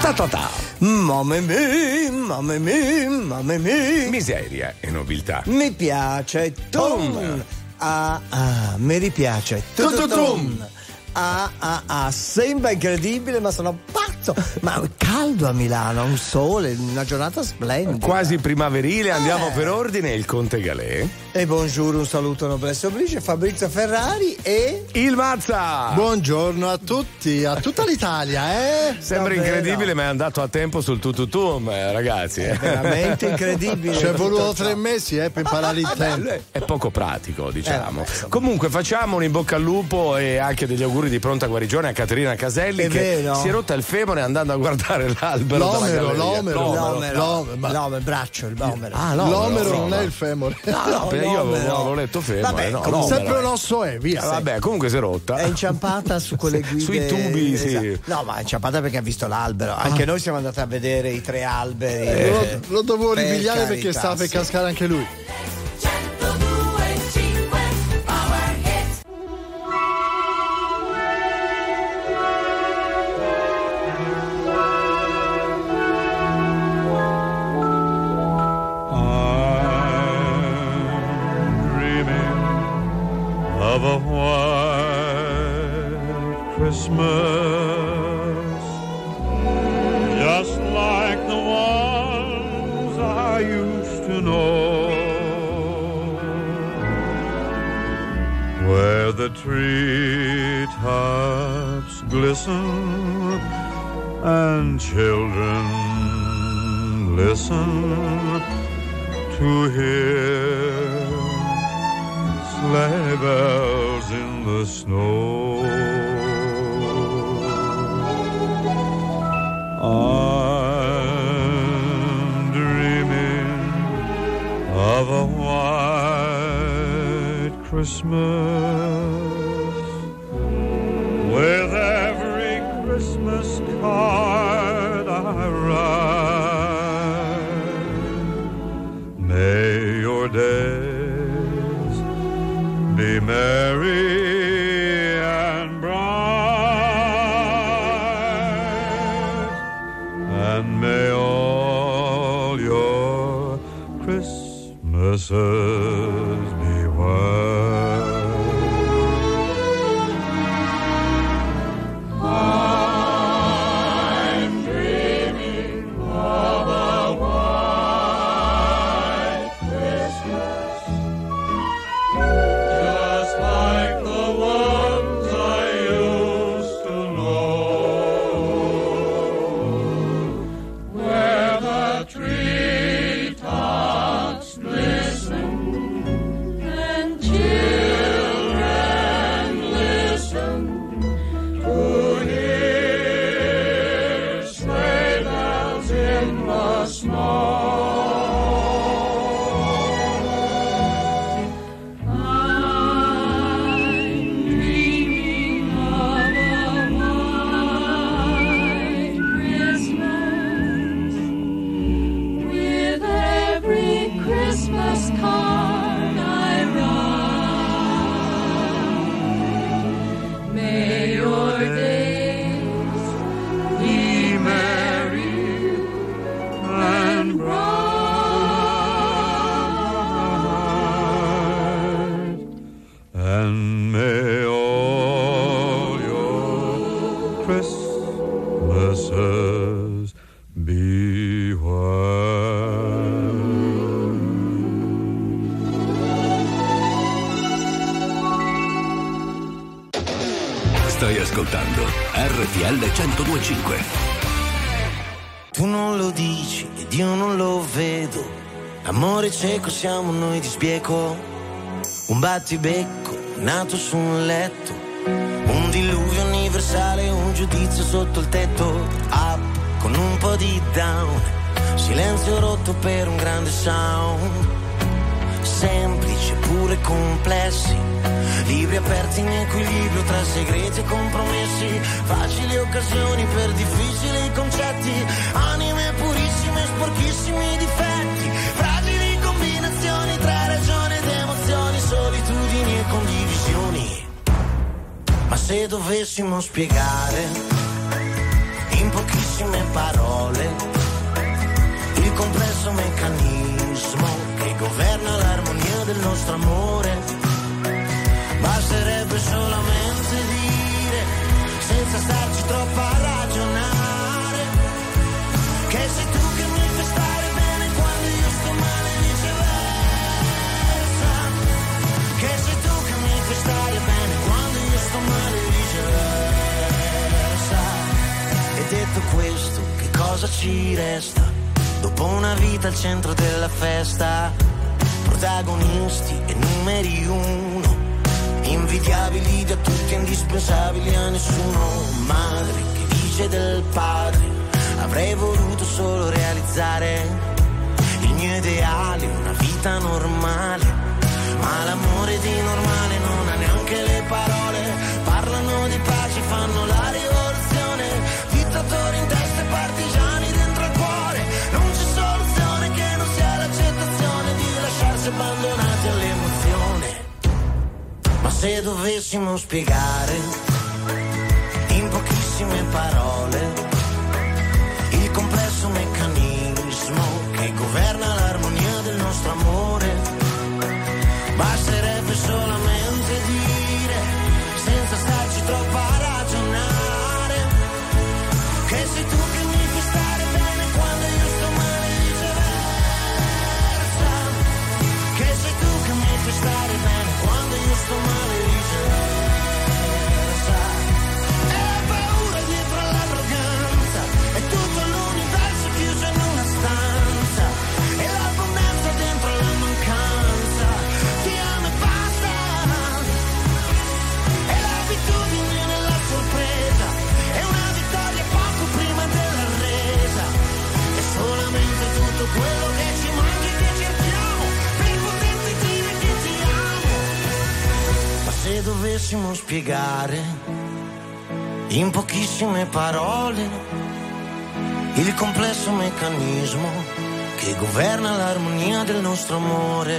Mamma mia. Miseria e nobiltà. Mi piace Tom. Mi ripiace Tom. Sembra incredibile, ma sono pazzo. Ma caldo a Milano, un sole, una giornata splendida. Quasi primaverile, andiamo per ordine. Il Conte Galè. E buongiorno, un saluto noblesse oblige, Fabrizio Ferrari e il Mazza. Buongiorno a tutti, a tutta l'Italia, Sembra incredibile, ma è andato a tempo sul tututum, ragazzi. È veramente incredibile. Ci è voluto 3 mesi per imparare il tempo. È poco pratico, diciamo. Comunque facciamo un in bocca al lupo e anche degli auguri di pronta guarigione a Caterina Caselli, è che vero. si è rotta il femore andando a guardare l'albero. L'omero, il braccio, l'omero. L'omero non è il femore. No, io avevo letto femore. Vabbè, sempre un osso via. Vabbè, comunque si è rotta. È inciampata su quelle guide. Sui tubi, sì. No, ma è inciampata perché ha visto l'albero. Anche noi siamo andati a vedere i 3 alberi. Lo dovevo ripigliare perché stava per cascare anche lui. Of a white Christmas, just like the ones I used to know, where the treetops glisten and children listen to hear sleigh bells in the snow. I'm dreaming of a white Christmas, with every Christmas card I write. May your days be merry and bright, and may all your Christmases be white. I'm dreaming of a white Christmas, just like the ones I used to know, where the treetops glisten and children listen to hear sleigh bells in the snow. Christmas card I write. May your days be merry and bright, and may all your Christmases be white. Stai ascoltando RTL 102.5. Tu non lo dici ed io non lo vedo. Amore cieco siamo noi di Spieco. Un battibecco nato su un letto. Un diluvio universale, un giudizio sotto il tetto. Up con un po' di down. Silenzio rotto per un grande sound. Semplici eppure complessi. Libri aperti in equilibrio tra segreti e compromessi. Facili occasioni per difficili concetti. Anime purissime, sporchissimi difetti. Fragili combinazioni tra ragione ed emozioni. Solitudini e condivisioni. Ma se dovessimo spiegare in pochissimi pochissime parole, il complesso meccanismo che governa l'armonia del nostro amore. Basterebbe solamente dire, senza starci troppo a ragionare, che sei tu che mi fai stare bene quando io sto male e viceversa, che sei tu che mi fai stare bene quando io sto male e viceversa. E detto questo, che cosa ci resta? Dopo una vita al centro della festa, protagonisti e numeri uno, invidiabili da tutti, indispensabili a nessuno. Madre che dice del padre, avrei voluto solo realizzare il mio ideale, una vita normale, ma l'amore di normale non ha neanche le parole. Parlano di pace, fanno la rivoluzione, dittatori in testa e partigiani dentro al cuore. Non c'è soluzione che non sia l'accettazione di lasciarsi abbandonati all'emozione. Ma se dovessimo spiegare in pochissime parole il complesso meccanismo che governa l'armonia del nostro amore, basterebbe solamente dire, senza starci troppo a ragionare, che sei tu che mi fai stare bene quando io sto male e viceversa, che sei tu che mi fai stare bene quando io sto male e viceversa. E la paura dietro all'arroganza, è tutto l'universo chiuso in una stanza, e l'abbondanza dentro la mancanza, ti amo e basta, e l'abitudine nella sorpresa, è una vittoria poco prima della resa, è solamente tutto quello che ci manca e che cerchiamo, per poterti dire che ti amo. Ma se dovessimo spiegare in pochissime parole il complesso meccanismo che governa l'armonia del nostro amore,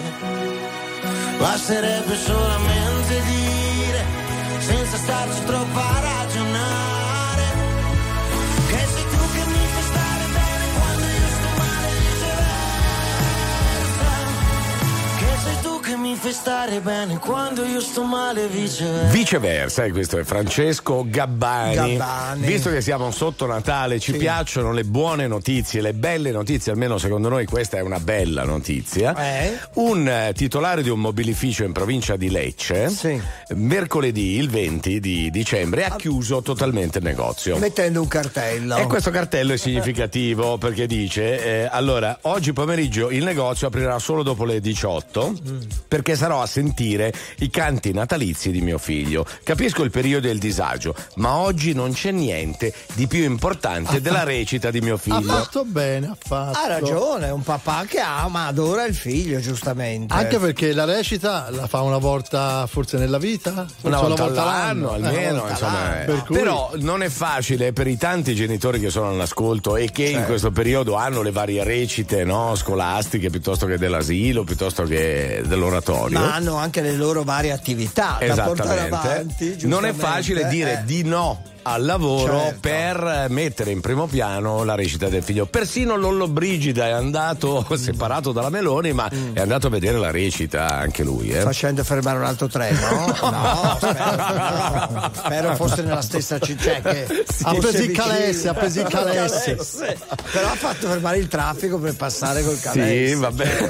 basterebbe solamente dire, senza starci troppo a ragionare, che sei tu che mi fai stare bene quando io sto male e viceversa, che sei tu che mi fai stare bene quando io sto male e viceversa. Viceversa, e questo è Francesco Gabbani. Visto che siamo sotto Natale, ci piacciono le buone notizie, le belle notizie, almeno secondo noi questa è una bella notizia. Un titolare di un mobilificio in provincia di Lecce, mercoledì il 20 di dicembre ha chiuso totalmente il negozio, mettendo un cartello. E questo cartello è significativo perché dice allora, oggi pomeriggio il negozio aprirà solo dopo le 18 perché sarò a sentire i canti natalizi di mio figlio. Capisco il periodo e il disagio, ma oggi non c'è niente di più importante della recita di mio figlio. Ha fatto bene, ha fatto. Ha ragione, è un papà che ama, adora il figlio, giustamente. Anche perché la recita la fa una volta forse nella vita? Una volta all'anno almeno, insomma. Per cui... Però non è facile per i tanti genitori che sono all'ascolto e che in questo periodo hanno le varie recite, no, scolastiche, piuttosto che dell'asilo, piuttosto che dell'oratorio. Ma hanno anche le loro varie attività da portare avanti. Non è facile dire di no al lavoro per mettere in primo piano la recita del figlio. Persino Lollobrigida è andato separato dalla Meloni, ma è andato a vedere la recita anche lui. Facendo fermare un altro treno? No, spero fosse nella stessa città. Ha preso il Calesse. Però ha fatto fermare il traffico per passare col Calesse. Sì, va bene.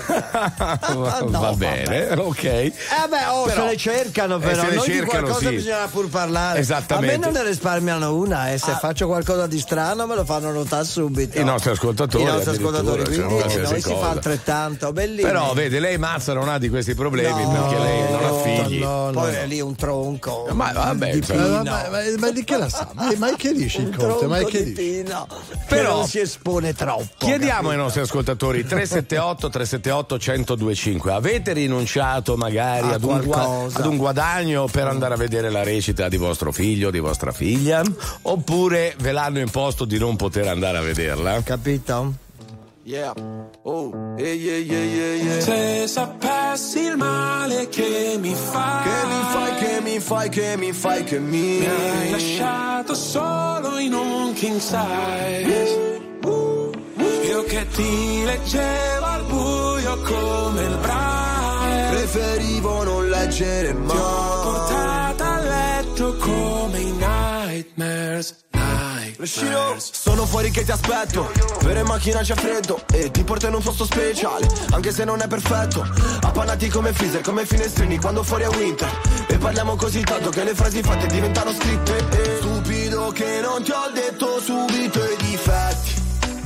Va bene, ok. Però, se le cercano, però. Se le noi cercano, di qualcosa bisogna pur parlare. Esattamente. A me non ne risparmiano una, se faccio qualcosa di strano me lo fanno notare subito. I nostri ascoltatori. Quindi noi si fa altrettanto. Bellissimo. Però vede, lei Mazza non ha di questi problemi perché lei non ha figli. Poi è lì un tronco. Ma vabbè, ma di che la sa? Ma che dici il conte? Ma che dici? Però non si espone troppo. Chiediamo ai nostri ascoltatori 378 1025. Avete rinunciato magari ad un guadagno per andare a vedere la recita di vostro figlio, di vostra figlia? Oppure ve l'hanno imposto di non poter andare a vederla? Capito? Se sapessi il male che mi fai, Mi hai lasciato solo in un king size. Io che ti leggevo al buio come il Braille. Preferivo non leggere mai. Ti ho portata a letto come i nightmares. Sono fuori che ti aspetto, vero in macchina c'è freddo e ti porto in un posto speciale, anche se non è perfetto. Appannati come freezer, come finestrini quando fuori è winter. E parliamo così tanto che le frasi fatte diventano scritte. Stupido che non ti ho detto subito i difetti.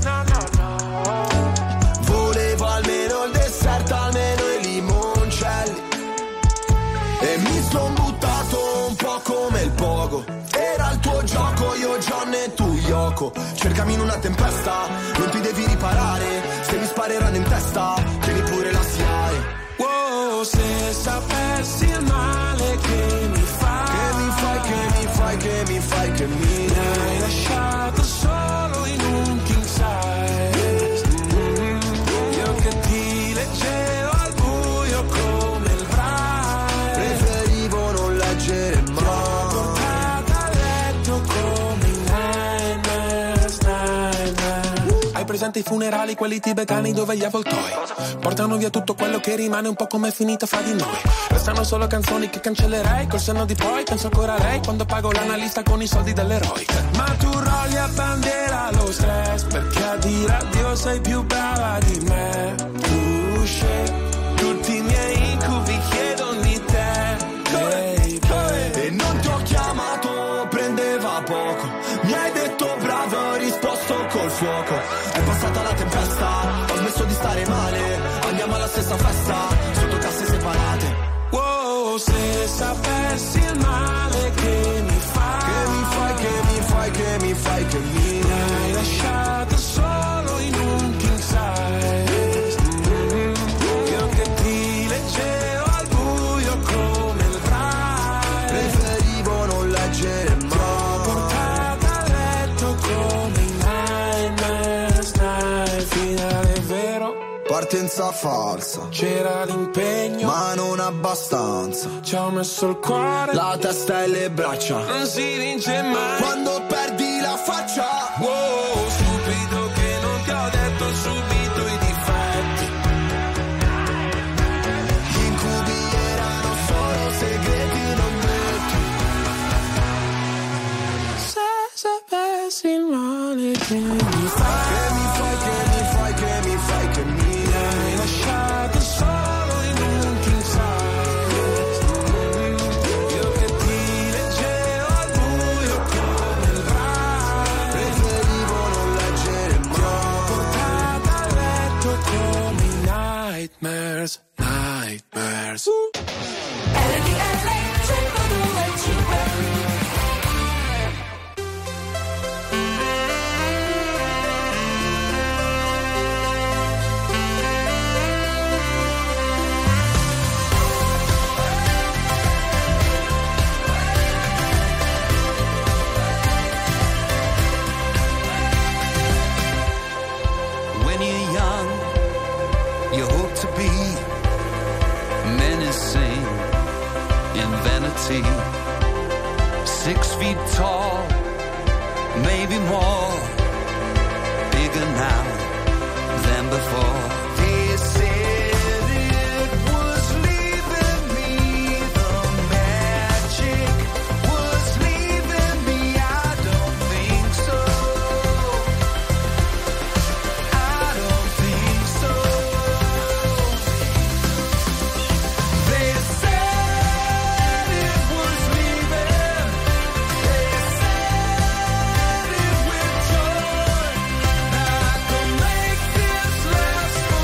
Volevo almeno il dessert, almeno i limoncelli. E mi son buttato un po' come il pogo. Era il tuo gioco, io John e tu Yoko. Cercami in una tempesta, non ti devi riparare. Se mi spareranno in testa, tieni pure la SIAE. Wow, se sapessi il male che mi fai. Che mi hai lasciato solo in un king size. Io che ti leggevo al buio come il Braille. Preferivo non leggere mai. Hai presente i funerali, quelli tibetani dove gli avvoltoi portano via tutto quello che rimane, un po' come è finita fra di noi. Restano solo canzoni che cancellerei, col senno di poi penso ancora a lei quando pago l'analista con i soldi dell'eroe. Ma tu rolli a bandiera lo stress, perché a dire addio sei più brava di me. Tu scegli tutti i miei incubi, chiedono di te, baby. E non ti ho chiamato, prendeva poco. Mi hai detto bravo, ho risposto col fuoco. È passata la tempesta, ho smesso di stare male. Andiamo alla stessa festa, sotto casse separate. Wow, se sapessi il male che mi fai. Che mi hai lasciato solo in un king size. Io che ti leggevo al buio come il Braille. Preferivo non leggere mai. Portata a letto come i nightmares, finale vero. Partenza falsa. C'era l'impegno, ma non abbastanza. Ci ho messo il cuore, la testa e le braccia. Non si vince mai quando perdi la faccia. Wow, stupido che non ti ho detto subito i difetti. Gli incubi erano solo segreti non detti. Se sapessi il male che mi fai. Che mi hai lasciato solo in un king size. Io che ti leggevo al buio come il Braille. Preferivo non leggere mai. Ti ho portata a letto come i nightmares. When you're young, you hope to be menacing in vanity. 6 feet tall, maybe more, bigger now than before. They said it was leaving me, the magic was leaving me. I don't think so. I don't think so. They said it was leaving. They said it with joy. I can make this last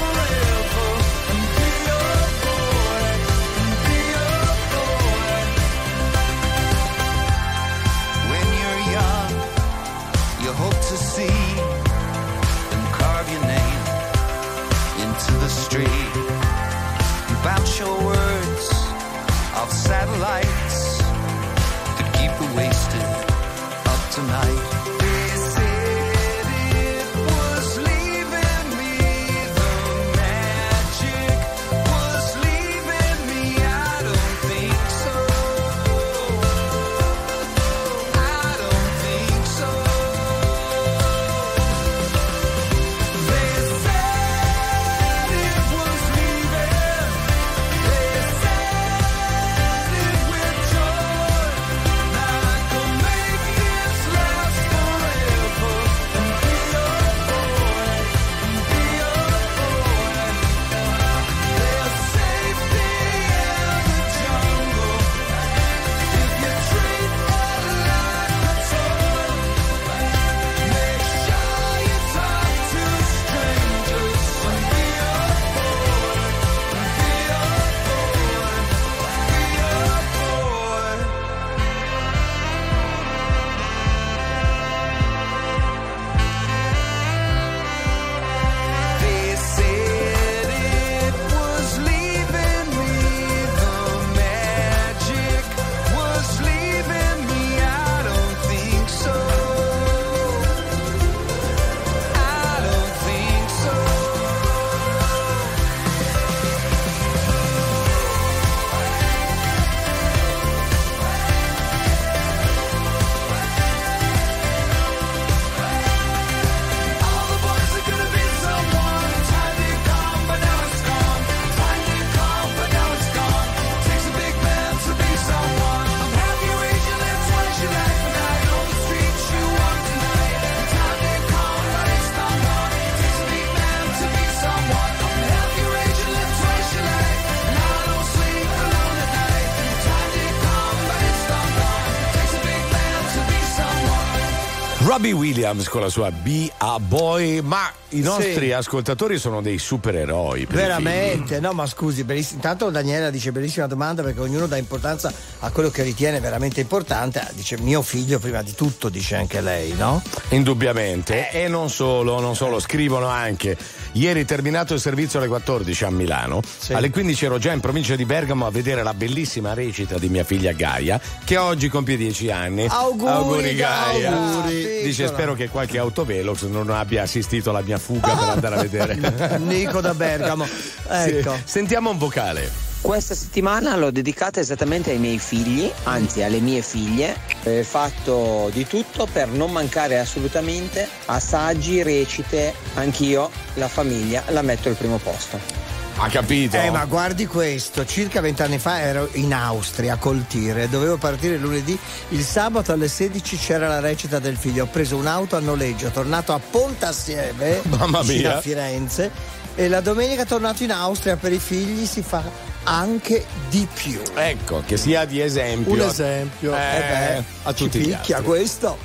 Robbie Williams con la sua Be a Boy, ma i nostri ascoltatori sono dei supereroi. Veramente, no, ma scusi, bellissimo. Intanto Daniela dice bellissima domanda, perché ognuno dà importanza a quello che ritiene veramente importante. Dice mio figlio prima di tutto, dice anche lei, no? Indubbiamente. E non solo, scrivono anche: ieri terminato il servizio alle 14 a Milano, alle 15 ero già in provincia di Bergamo a vedere la bellissima recita di mia figlia Gaia, che oggi compie 10 anni. Auguri Gaia. Auguri. Dice spero che qualche autovelox non abbia assistito alla mia fuga per andare a vedere Nico da Bergamo. Ecco. Sì. Sentiamo un vocale. Questa settimana l'ho dedicata esattamente ai miei figli, anzi alle mie figlie. Ho fatto di tutto per non mancare assolutamente assaggi, recite. Anch'io, la famiglia, la metto al primo posto. Ha capito? Ma guardi questo, circa 20 anni fa ero in Austria col tir, dovevo partire lunedì, il sabato alle 16 c'era la recita del figlio, ho preso un'auto a noleggio, tornato a Pontassieve, vicino a Firenze, e la domenica tornato in Austria. Per i figli si fa anche di più. Ecco, che sia di esempio. Un esempio. A tutti gli altri. Questo.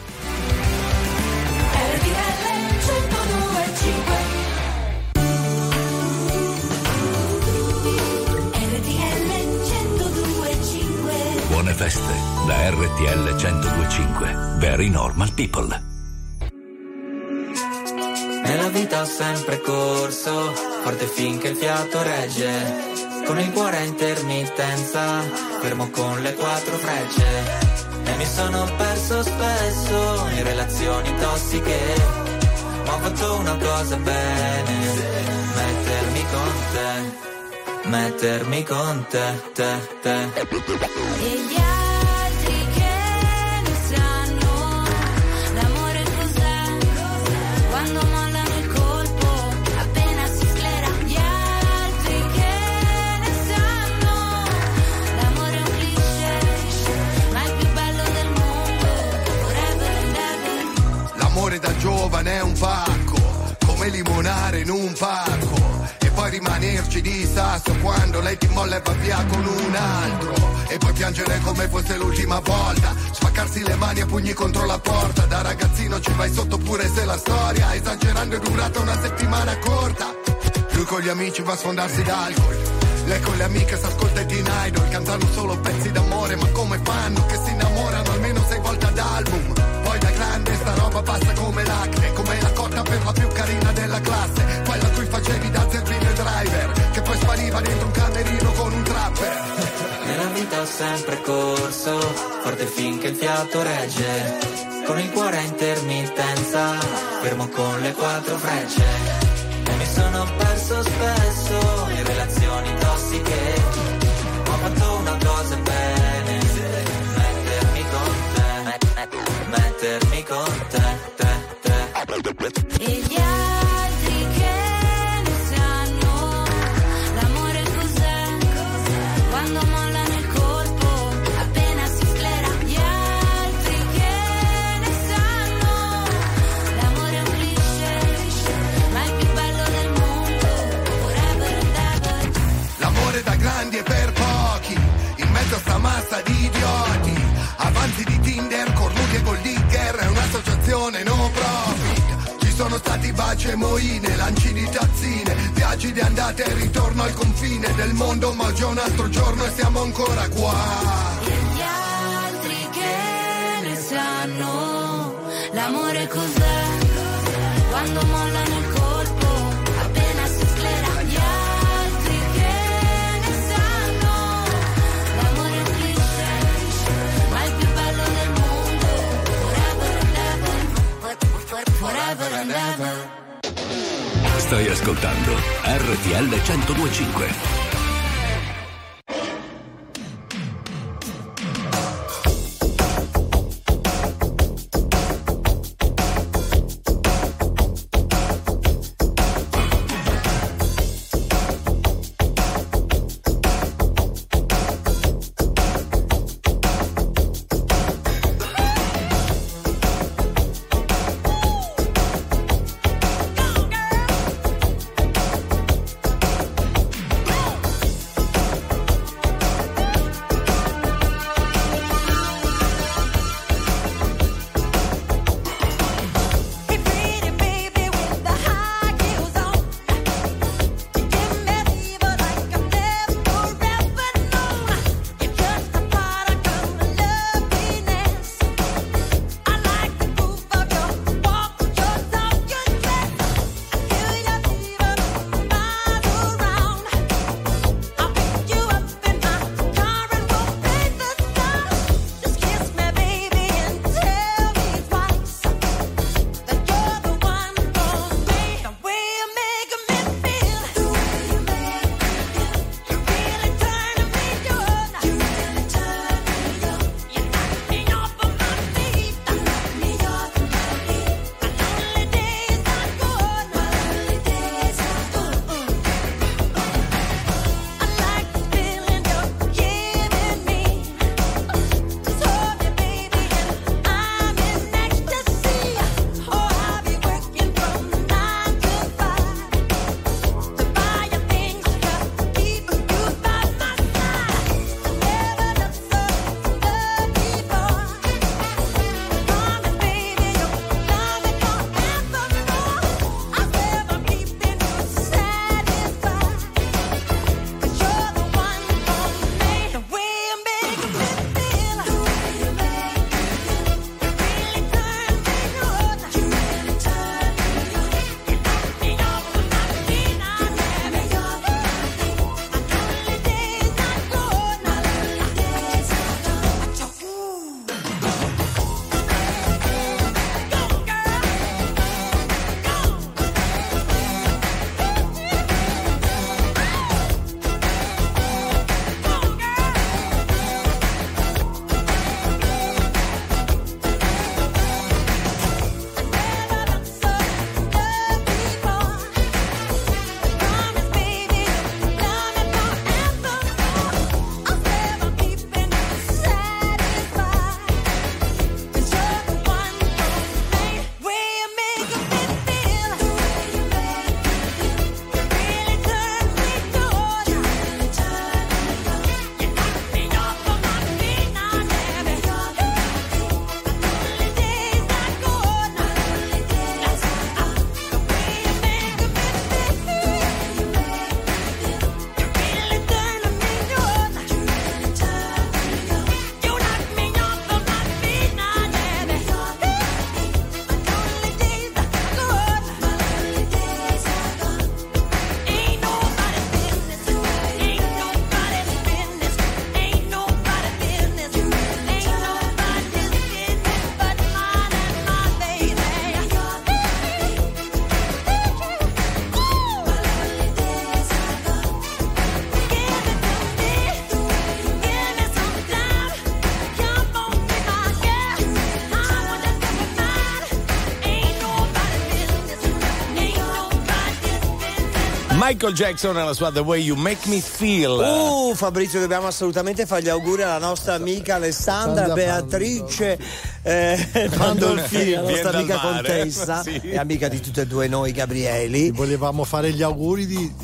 Buone feste da RTL 102.5. Very normal people. Nella vita ho sempre corso, forte finché il fiato regge. Con il cuore a intermittenza, fermo con le 4 frecce. E mi sono perso spesso in relazioni tossiche, ma ho fatto una cosa bene: mettermi con te. E gli altri che ne sanno l'amore cos'è, quando mollano il colpo appena si sclera. Gli altri che ne sanno l'amore è un cliché, ma è il più bello del mondo, forever and ever. L'amore da giovane è un pacco, come limonare in un parco, e poi rimanerci di sasso quando lei ti molla e va via con un altro, e poi piangere come fosse l'ultima volta, spaccarsi le mani a pugni contro la porta. Da ragazzino ci vai sotto pure se la storia esagerando è durata una settimana corta. Lui con gli amici va a sfondarsi d'alcol, lei con le amiche s'ascolta Teen Idol, cantano solo pezzi d'amore, ma come fanno che si innamorano almeno 6 volte ad album. Poi da grande sta roba passa come l'acne, come la cotta per la più carina della classe, quella a cui facevi da zerbino e driver, che poi spariva dentro un camerino con un trapper. Nella vita ho sempre corso, forte finché il fiato regge, con il cuore a intermittenza, fermo con le 4 frecce. E mi sono perso spesso in relazioni tossiche, ho fatto una cosa bene: mettermi con te. E gli altri che ne sanno l'amore cos'è, quando mollano il colpo appena si sclera. Gli altri che ne sanno l'amore è un cliché, ma è il più bello del mondo, forever and ever. L'amore da grandi e per pochi, in mezzo a sta massa di idioti, avanzi di Tinder, cornuti e gold digger, è un'associazione no profit. Ci sono stati baci e moine, lanci di tazzine, viaggi di andata e ritorno al confine del mondo, ma oggi è un altro giorno e siamo ancora qua. E gli altri che ne sanno l'amore cos'è, quando mollano il colpo appena si sclera. Gli altri che ne sanno l'amore è un cliché, ma è il più bello del mondo, forever and ever, forever and ever. Stai ascoltando RTL 102.5. Michael Jackson e la sua The Way You Make Me Feel. Fabrizio, dobbiamo assolutamente fare gli auguri alla nostra amica Alessandra Beatrice Pandolfini, la nostra amica contessa e amica di tutte e due noi Gabrieli. Volevamo fare gli auguri di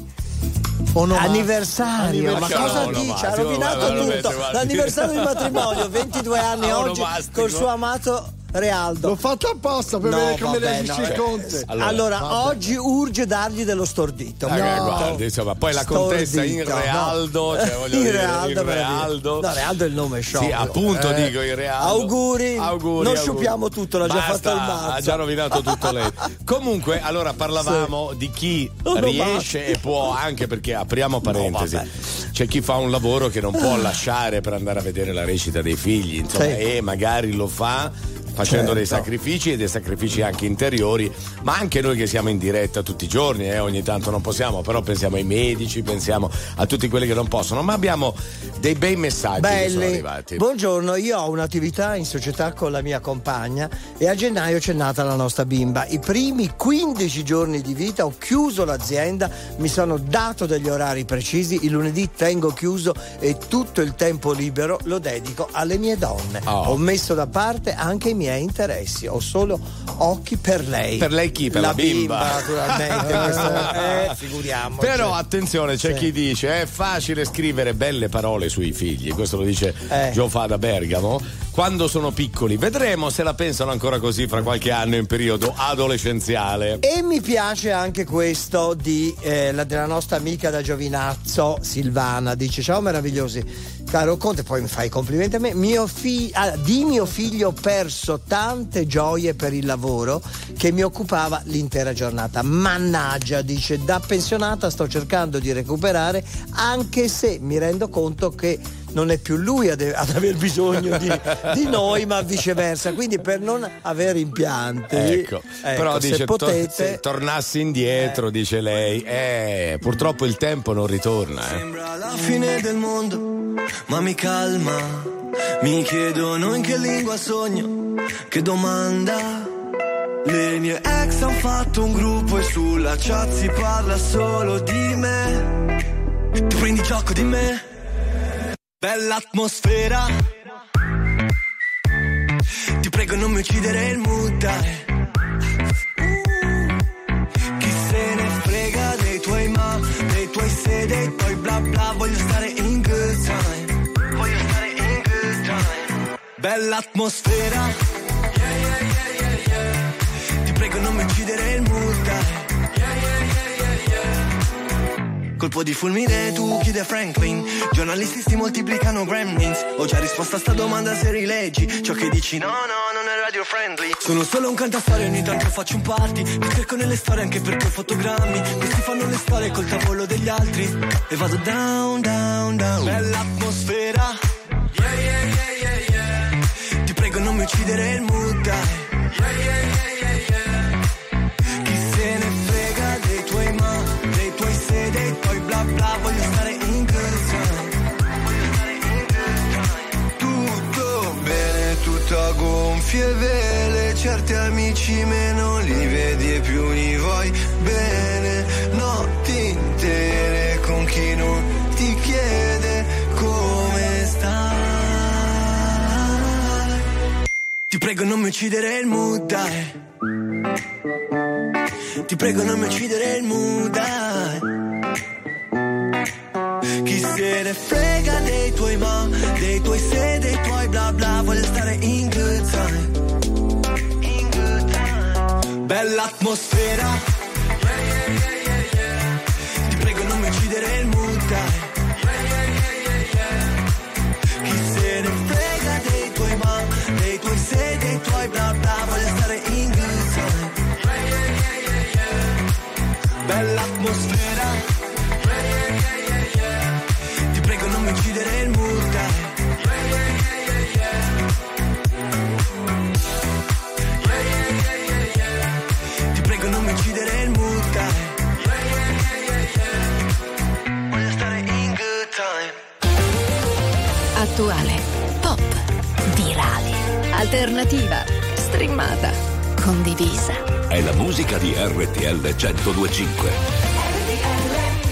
anniversario. Ma cosa dice? Ha rovinato tutto. L'anniversario di matrimonio, 22 anni oggi col suo amato Realdo. L'ho fatto apposta per vedere come reagisce il Conte. Allora oggi urge dargli dello stordito. Guardi, insomma, poi la contessa in Realdo, cioè voglio dire, Realdo. No, Realdo è il nome sciocco. Sì, appunto dico in Realdo. Auguri. Non sciupiamo tutto, l'ha già fatto il mazzo. Ha già rovinato tutto lei. Comunque, allora parlavamo di chi riesce e può, anche perché apriamo parentesi. C'è chi fa un lavoro che non può lasciare per andare a vedere la recita dei figli, insomma, e magari lo fa facendo dei sacrifici e dei sacrifici anche interiori, ma anche noi che siamo in diretta tutti i giorni, ogni tanto non possiamo, però pensiamo ai medici, pensiamo a tutti quelli che non possono, ma abbiamo dei bei messaggi che sono arrivati. Buongiorno, io ho un'attività in società con la mia compagna e a gennaio c'è nata la nostra bimba. I primi 15 giorni di vita ho chiuso l'azienda, mi sono dato degli orari precisi, il lunedì tengo chiuso e tutto il tempo libero lo dedico alle mie donne. Ho messo da parte anche i miei interessi, ho solo occhi per lei. Per lei chi? Per la bimba naturalmente. Figuriamoci. Però attenzione, c'è chi dice è facile scrivere belle parole sui figli, questo lo dice Gio Fa da Bergamo, quando sono piccoli. Vedremo se la pensano ancora così fra qualche anno in periodo adolescenziale. E mi piace anche questo della nostra amica da Giovinazzo, Silvana, dice: ciao meravigliosi, caro Conte, poi mi fai i complimenti a me, di mio figlio ho perso tante gioie per il lavoro che mi occupava l'intera giornata. Mannaggia, dice, da pensionata sto cercando di recuperare, anche se mi rendo conto che non è più lui ad aver bisogno di noi, ma viceversa. Quindi per non avere impianti, ecco però se dice potete, se tornassi indietro, dice lei, purtroppo il tempo non ritorna. Sembra la fine del mondo, ma mi calma. Mi chiedono in che lingua sogno, che domanda. Le mie ex han fatto un gruppo e sulla chat si parla solo di me. Tu prendi gioco di me. Bella atmosfera. Ti prego non mi uccidere il mood, dai. Chi se ne frega dei tuoi ma, dei tuoi se, dei tuoi bla bla. Voglio stare in good time. Voglio stare in good time. Bella atmosfera. Yeah, yeah, yeah, yeah, yeah. Ti prego non mi uccidere il mood, dai. Colpo di fulmine, tu chiudi Franklin. Giornalisti si moltiplicano gremlins. Ho già risposto a sta domanda se rileggi ciò che dici, no, non è radio friendly. Sono solo un cantastorie, ogni tanto faccio un party. Mi cerco nelle storie anche perché ho fotogrammi. Questi fanno le storie col tavolo degli altri. E vado down, down, down. Bella atmosfera. Yeah, yeah, yeah, yeah, yeah. Ti prego non mi uccidere il mood, dai. Yeah, yeah, yeah, yeah, yeah. Chi se ne frega dei tuoi ma, dei tuoi se, dei tuoi bla bla. Voglio stare in good time. Voglio stare in good time. Tutto bene, tutto a gonfie vele. Certi amici meno li vedi e più li vuoi bene. Notti intere con chi non ti chiede come stai. Ti prego non mi uccidere il mood, dai. Ti prego non mi uccidere il mood, dai. Chi se ne frega dei tuoi ma, dei tuoi se, dei tuoi bla bla. Voglio stare in good time. In good time. Bella atmosfera. Yeah, yeah, yeah, yeah, yeah. Ti prego non mi uccidere il mood, dai. Yeah, yeah, yeah, yeah, yeah. Chi se ne frega dei tuoi ma, dei tuoi se, dei tuoi bla bla. Voglio stare in good time. Yeah, yeah, yeah, yeah, yeah. Bella atmosfera. Yeah, yeah, yeah, yeah, yeah. Ti prego non mi uccidere il mood, dai. Yeah, yeah, yeah, yeah, yeah. Yeah, yeah, yeah, yeah, yeah. Ti prego non mi uccidere il mood, dai. Yeah, yeah, yeah, yeah, yeah. Voglio stare in good time. Attuale, pop, virale, alternativa, streamata, condivisa. È la musica di RTL 102.5.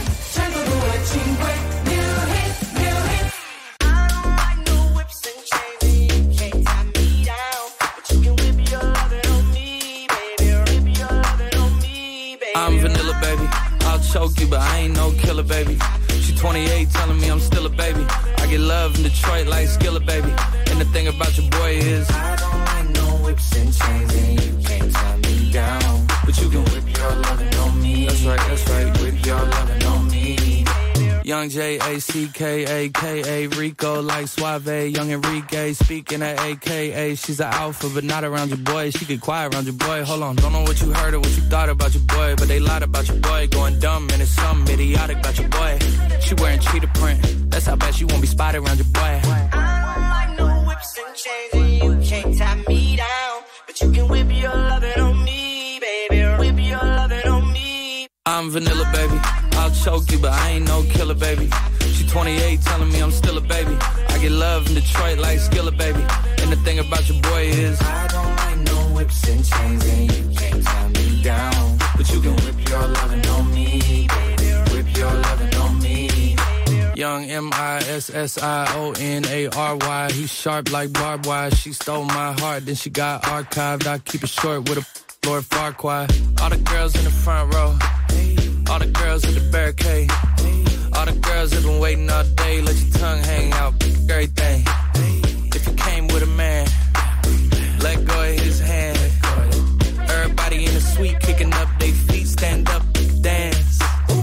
choke you, but I ain't no killer, baby. She 28, telling me I'm still a baby. I get love in Detroit like Skillet, baby. And the thing about your boy is I don't like no whips and chains, and you can't tie me down. But you can whip your lovin' on me. That's right, whip your lovin' on me. Young J-A-C-K-A-K-A, Rico like Suave, young Enrique, speaking at AKA. She's an alpha, but not around your boy. She get quiet around your boy. Hold on, don't know what you heard or what you thought about your boy, but they lied about your boy. Going dumb, and it's something idiotic about your boy. She wearing cheetah print, that's how bad she won't be spotted around your boy. I don't like no whips and chains, and you can't tie me down. But you can whip your lovin' on me, baby. Whip your lovin' on me. I'm vanilla, baby. I'll choke you, but I ain't no killer, baby. She 28, telling me I'm still a baby. I get love in Detroit like Skillet, baby. And the thing about your boy is I don't like no whips and chains, and you can't tie me down. But you can whip your lovin' on me, baby. Whip your lovin' on me. Young M-I-S-S-I-O-N-A-R-Y. He's sharp like barbed wire. She stole my heart, then she got archived. I keep it short with a Lord Farquaad. All the girls in the front row, all the girls at the barricade, all the girls have been waiting all day. Let your tongue hang out, everything. If you came with a man, let go of his hand. Everybody in the suite kicking up their feet, stand up, dance.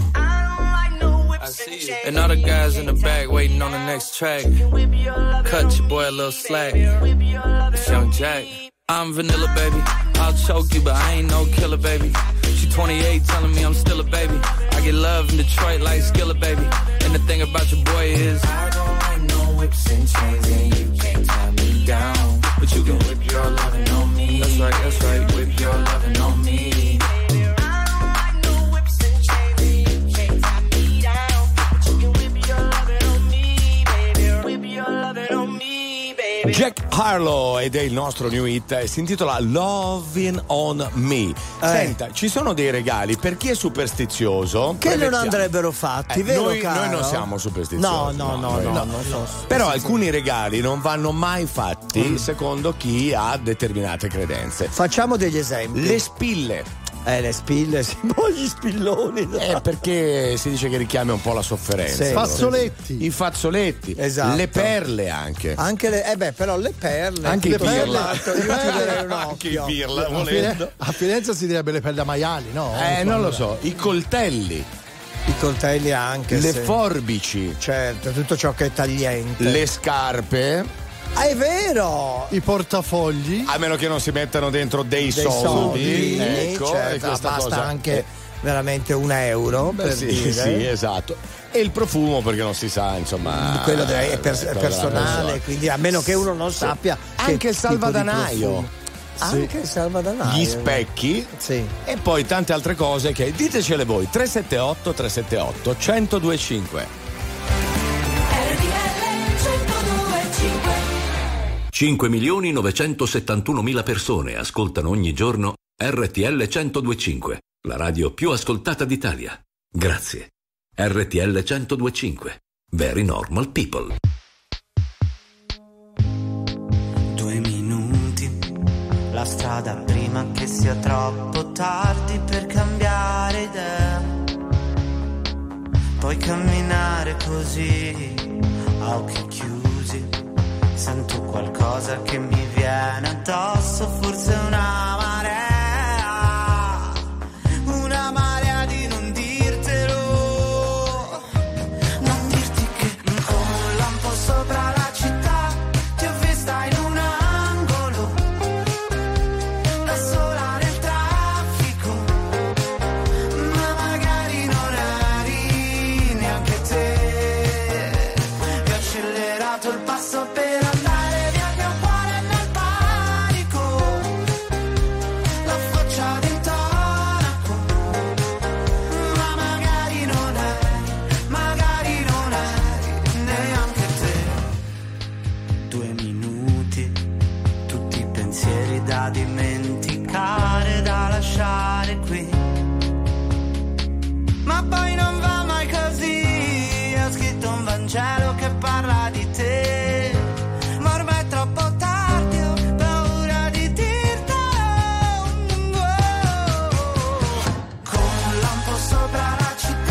I see you. And all the guys in the back waiting on the next track. Cut your boy a little slack. It's Young Jack. I'm vanilla, baby. I'll choke you, but I ain't no killer, baby. She 28, telling me I'm still a baby. I get love in Detroit like Skillet, baby. And the thing about your boy is I don't like no whips and chains, and you can't tie me down. But you can whip your lovin' on me. That's right, whip your lovin' on me. Jack Harlow ed è il nostro new hit, si intitola Lovin' on Me. Senta, ci sono dei regali per chi è superstizioso che non andrebbero fatti, vero noi caro? non siamo superstiziosi. No. Però alcuni regali non vanno mai fatti secondo chi ha determinate credenze. Facciamo degli esempi. Le spille. Le spille, gli spilloni. Perché si dice che richiama un po' la sofferenza. Sì. Fazzoletti. I fazzoletti. Esatto. Le perle anche. Anche le, però le perle. Anche i pirla. Io ti darei un Anche i occhio. pirla, volendo. A Firenze si direbbe le perle a maiali, no? Non lo so. I coltelli. I coltelli anche. Le forbici. Certo, tutto ciò che è tagliente. Le scarpe. È vero! I portafogli. A meno che non si mettano dentro dei soldi. Ecco, certo, basta cosa anche veramente €1 per dire. Sì, esatto. E il profumo, perché non si sa, insomma. Quello è personale, quindi a meno che uno non sappia. Anche il salvadanaio. Anche il salvadanaio. Gli specchi. Sì. E poi tante altre cose che ditecele voi. 378 378 1025. 5.971.000 persone ascoltano ogni giorno RTL 1025, la radio più ascoltata d'Italia. Grazie. RTL 1025. Very normal people. 2 minuti, la strada prima che sia troppo tardi per cambiare idea. Puoi camminare così, a occhi chiusi. Sento qualcosa che mi viene addosso, forse una marea di non dirtelo, non dirti che come un lampo sopra la città ti ho vista in un angolo, da sola nel traffico, ma magari non eri neanche te, e ho accelerato il passo per da dimenticare, da lasciare qui, ma poi non va mai così. Ho scritto un Vangelo che parla di te, ma ormai è troppo tardi, ho paura di dirtelo. Con un lampo sopra la città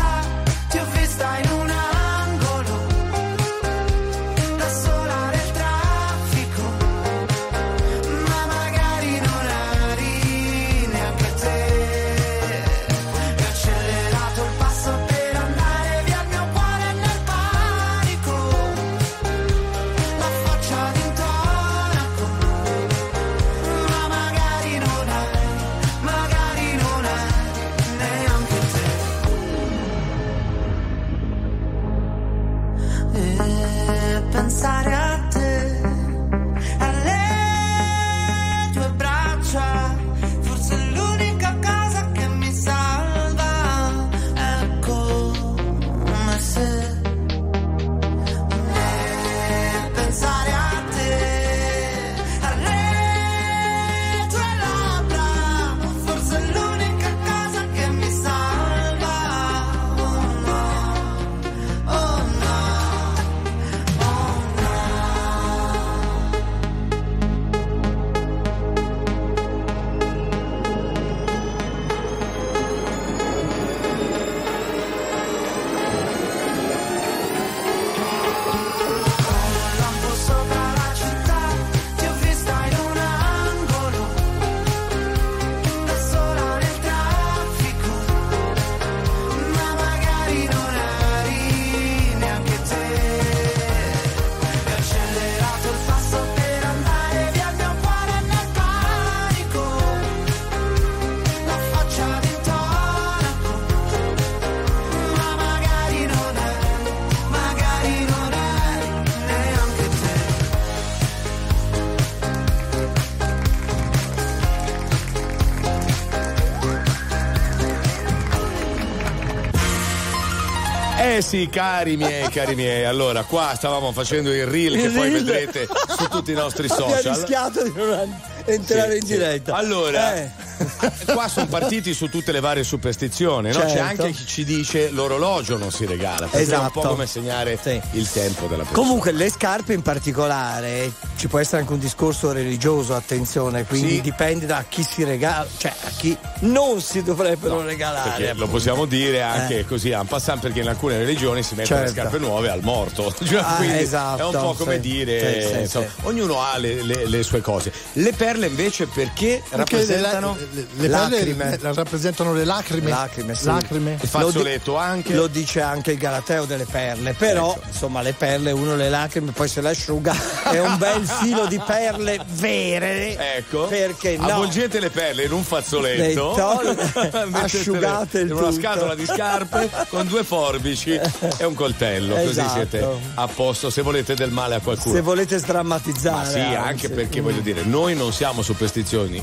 sì, cari miei, allora qua stavamo facendo il reel che poi vedrete su tutti i nostri social. Abbiamo rischiato di non entrare in diretta. Allora, qua sono partiti su tutte le varie superstizioni, no? Certo. C'è anche chi ci dice l'orologio non si regala, perché è un po' come segnare il tempo della persona. Comunque le scarpe in particolare, ci può essere anche un discorso religioso, attenzione, quindi dipende da chi si regala, cioè a chi non si dovrebbero regalare. Perché lo possiamo dire anche così en passant, perché in alcune religioni si mettono le scarpe nuove al morto, cioè, quindi esatto, è un po' come dire insomma, ognuno ha le sue cose. Le perle invece perché rappresentano le lacrime, rappresentano le lacrime. Sì. Lacrime. Il fazzoletto anche. Lo dice anche il Galateo delle perle, però insomma le perle, uno le lacrime, poi se le asciuga è un bel filo di perle vere. Ecco. Perché no? Avvolgete le perle in un fazzoletto, asciugate in una scatola di scarpe con 2 forbici e un coltello, così siete a posto se volete del male a qualcuno. Se volete sdrammatizzare. Ma sì, anche perché voglio dire, noi non siamo superstiziosi.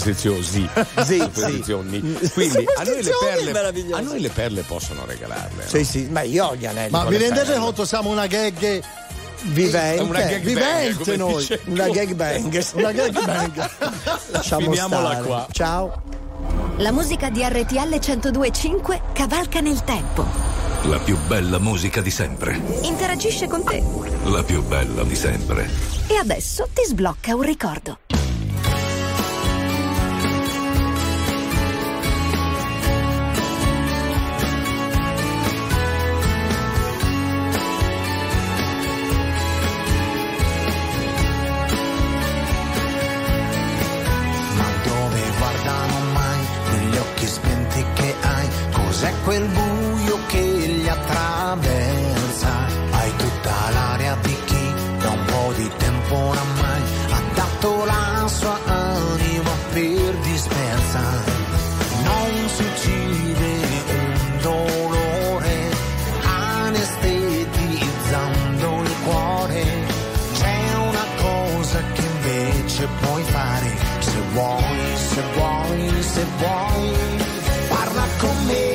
Quindi a noi le perle possono regalarle. Sì, ma io ho gli anelli. Ma vi rendete conto, siamo una gag vivente, una gag vivente bang, noi, una gag bang. Una gag bang. Finiamola qua. Ciao. La musica di RTL 102.5 cavalca nel tempo. La più bella musica di sempre. Interagisce con te. La più bella di sempre. E adesso ti sblocca un ricordo. Cos'è quel buio che li attraversa? Hai tutta l'aria di chi da un po' di tempo oramai ha dato la sua anima per dispersa. Non si uccide un dolore anestetizzando il cuore. C'è una cosa che invece puoi fare, se vuoi, se vuoi, se vuoi. Parla con me,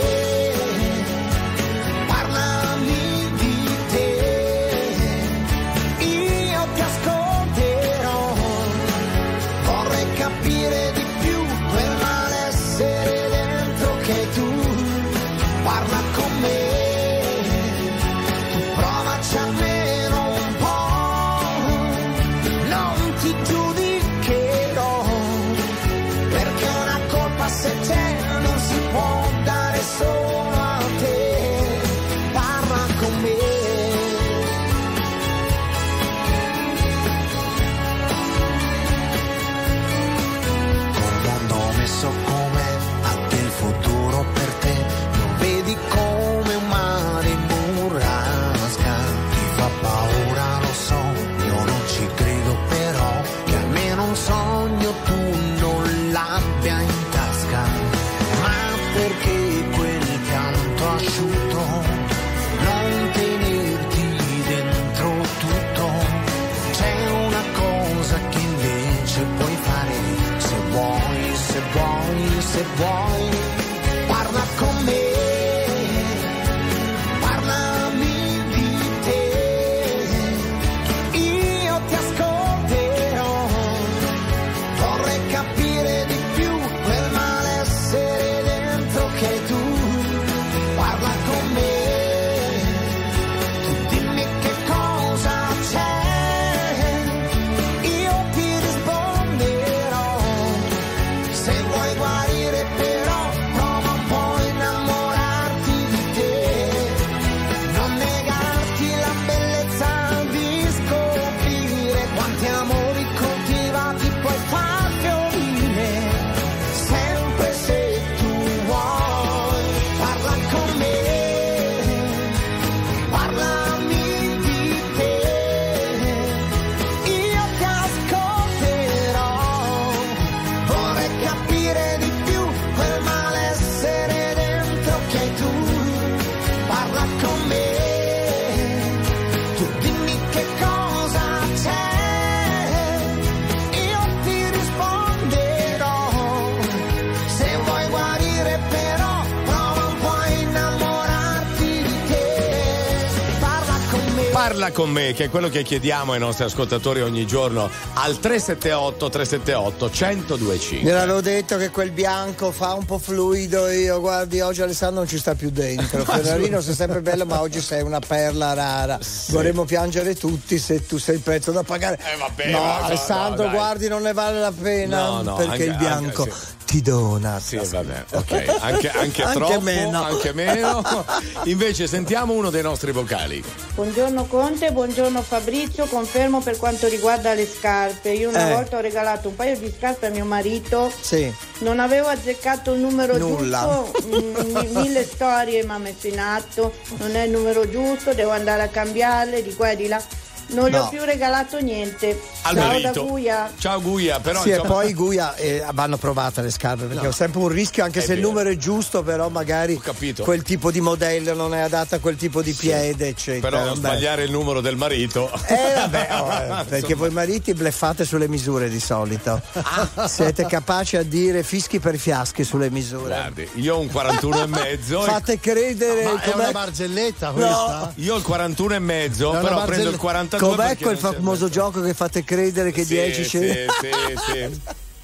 parlami di te, io ti ascolterò, vorrei capire di più quel malessere dentro che tu. Parla con me, tu provaci almeno un po', non ti giudicherò, perché una colpa se c'è può dare solo a te. Parla con me. Col mondo messo com'è, anche il futuro per te lo vedi come un mare in burrasca. Ti fa paura, lo so, io non ci credo, però che almeno un sogno tu non l'abbia in tasca. Perché quel pianto asciutto, non tenerti dentro tutto. C'è una cosa che invece puoi fare, se vuoi, se vuoi, se vuoi. Parla con me, parlami di te, io ti ascolterò, vorrei capire di più quel malessere che tu. Parla con me, tu dimmi che cosa c'è, io ti risponderò, se vuoi guarire però parla con me, che è quello che chiediamo ai nostri ascoltatori ogni giorno al 378 1025. Me l'avevo detto che quel bianco fa un po' fluido. Io, guardi, oggi Alessandro non ci sta più dentro. Ferrarino sei sempre bello, ma oggi sei una perla rara. Sì. Vorremmo piangere tutti se tu sei il prezzo da pagare. Vabbè, no, Alessandro, guardi, non ne vale la pena, perché il bianco ti dona. Sì, vabbè, ok. Anche troppo, anche meno. Invece sentiamo uno dei nostri vocali. Buongiorno Conte, buongiorno Fabrizio. Confermo per quanto riguarda le scarpe. Io una volta ho regalato un paio di scarpe a mio marito. Sì. Non avevo azzeccato il numero giusto. 1000 storie mi ha messo in atto. Non è il numero giusto, devo andare a cambiarle di qua e di là. Non gli ho più regalato niente. Ciao da Guia. Ciao Guia, però sì, insomma... e poi Guia vanno provate le scarpe, perché ho sempre un rischio, anche se il numero è giusto, però magari quel tipo di modello non è adatto a quel tipo di piede, eccetera. Però sbagliare il numero del marito. Perché voi mariti bleffate sulle misure di solito. Siete capaci a dire fischi per fiaschi sulle misure. Guardi, io ho un 41,5. Fate credere. È una barzelletta questa? No. Io ho il 41,5, però prendo il 42. Com'è quel famoso gioco che fate credere che 10 c'è? Sì.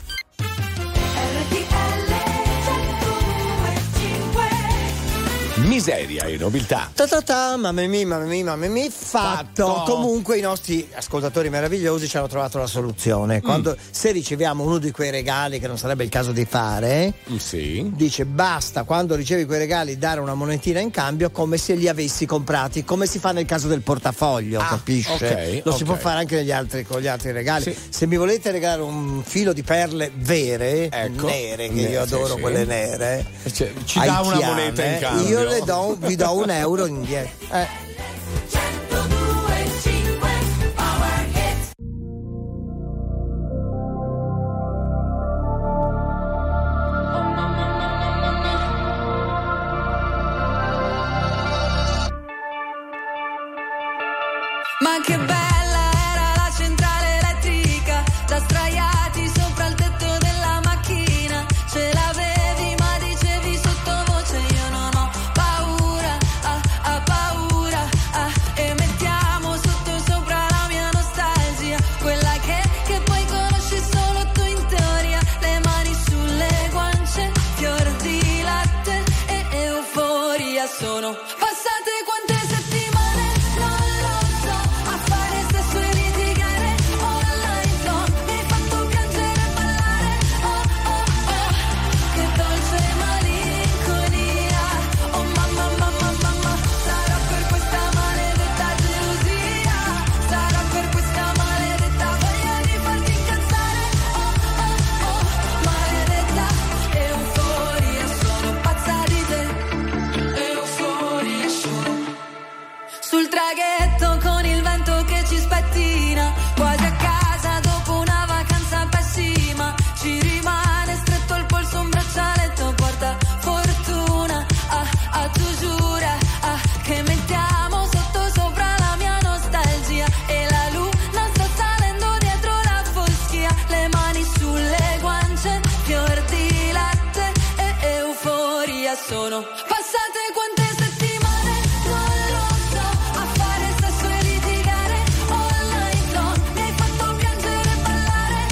Miseria e nobiltà. Mamma mia, fatto. Comunque i nostri ascoltatori meravigliosi ci hanno trovato la soluzione. Se riceviamo uno di quei regali che non sarebbe il caso di fare, dice basta, quando ricevi quei regali, dare una monetina in cambio come se li avessi comprati, come si fa nel caso del portafoglio, capisce? Lo si può fare anche con gli altri regali. Sì. Se mi volete regalare un filo di perle vere, nere, che io adoro quelle nere, ci dà una moneta in cambio. Io vi do €1 indietro. Ma che bella era la centrale elettrica, già sdraiati sopra il tetto della macchina, ce l'avevi ma dicevi sottovoce io non ho paura, paura, e mettiamo sotto sopra la mia nostalgia, quella che poi conosci solo tu in teoria, le mani sulle guance, fior di latte e euforia sono passate quante settimane, non lo so, a fare sesso e litigare online, mi hai fatto piangere e ballare, che dolce malinconia, oh mamma, sarà per questa maledetta gelosia, sarà per questa maledetta voglia di farti incazzare, maledetta euforia, sono pazza di te, euforia sono. Sul traghetto con il vento che ci spettina, quasi a casa dopo una vacanza pessima, ci rimane stretto al polso un braccialetto porta fortuna, tu giura, che mettiamo sotto sopra la mia nostalgia, e la luna sta salendo dietro la foschia, le mani sulle guance, fior di latte e euforia sono passate quante settimane, non lo so, a fare sesso e litigare online, mi hai fatto piangere e ballare,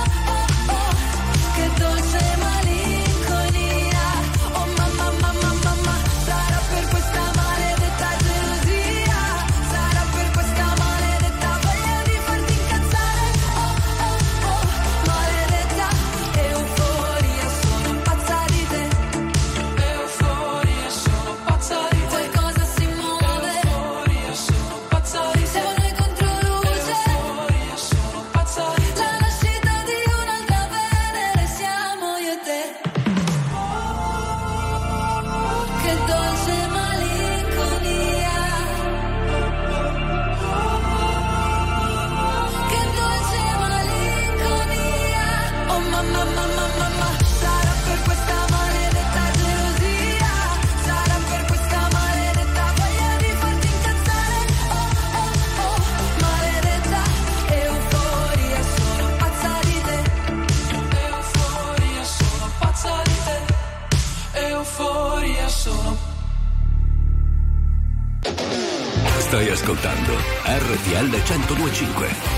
che dolce malinconia, oh mamma, sarà per questa maledetta gelosia, sarà per questa maledetta voglia di farti incazzare, maledetta euforia, sono pazza di te, euforia Stai ascoltando RTL 102.5.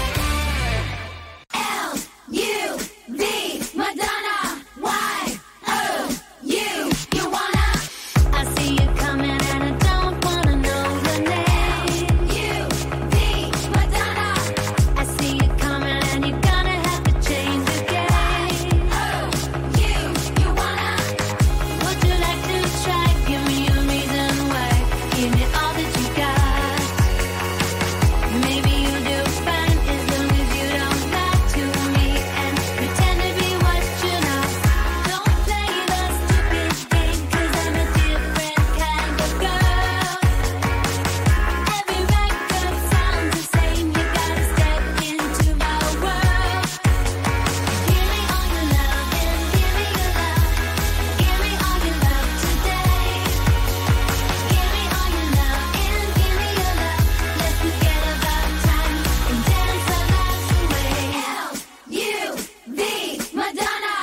Maybe you do fine as long as you don't lie to me and pretend to be what you're not. Don't play the stupid game, 'cause I'm a different kind of girl. Every record sounds the same, you gotta step into my world. Give me all your love and give me your love. Give me all your love today. Give me all your love and give me your love. Let's forget about time and dance our lives away. L-U-V, Madonna.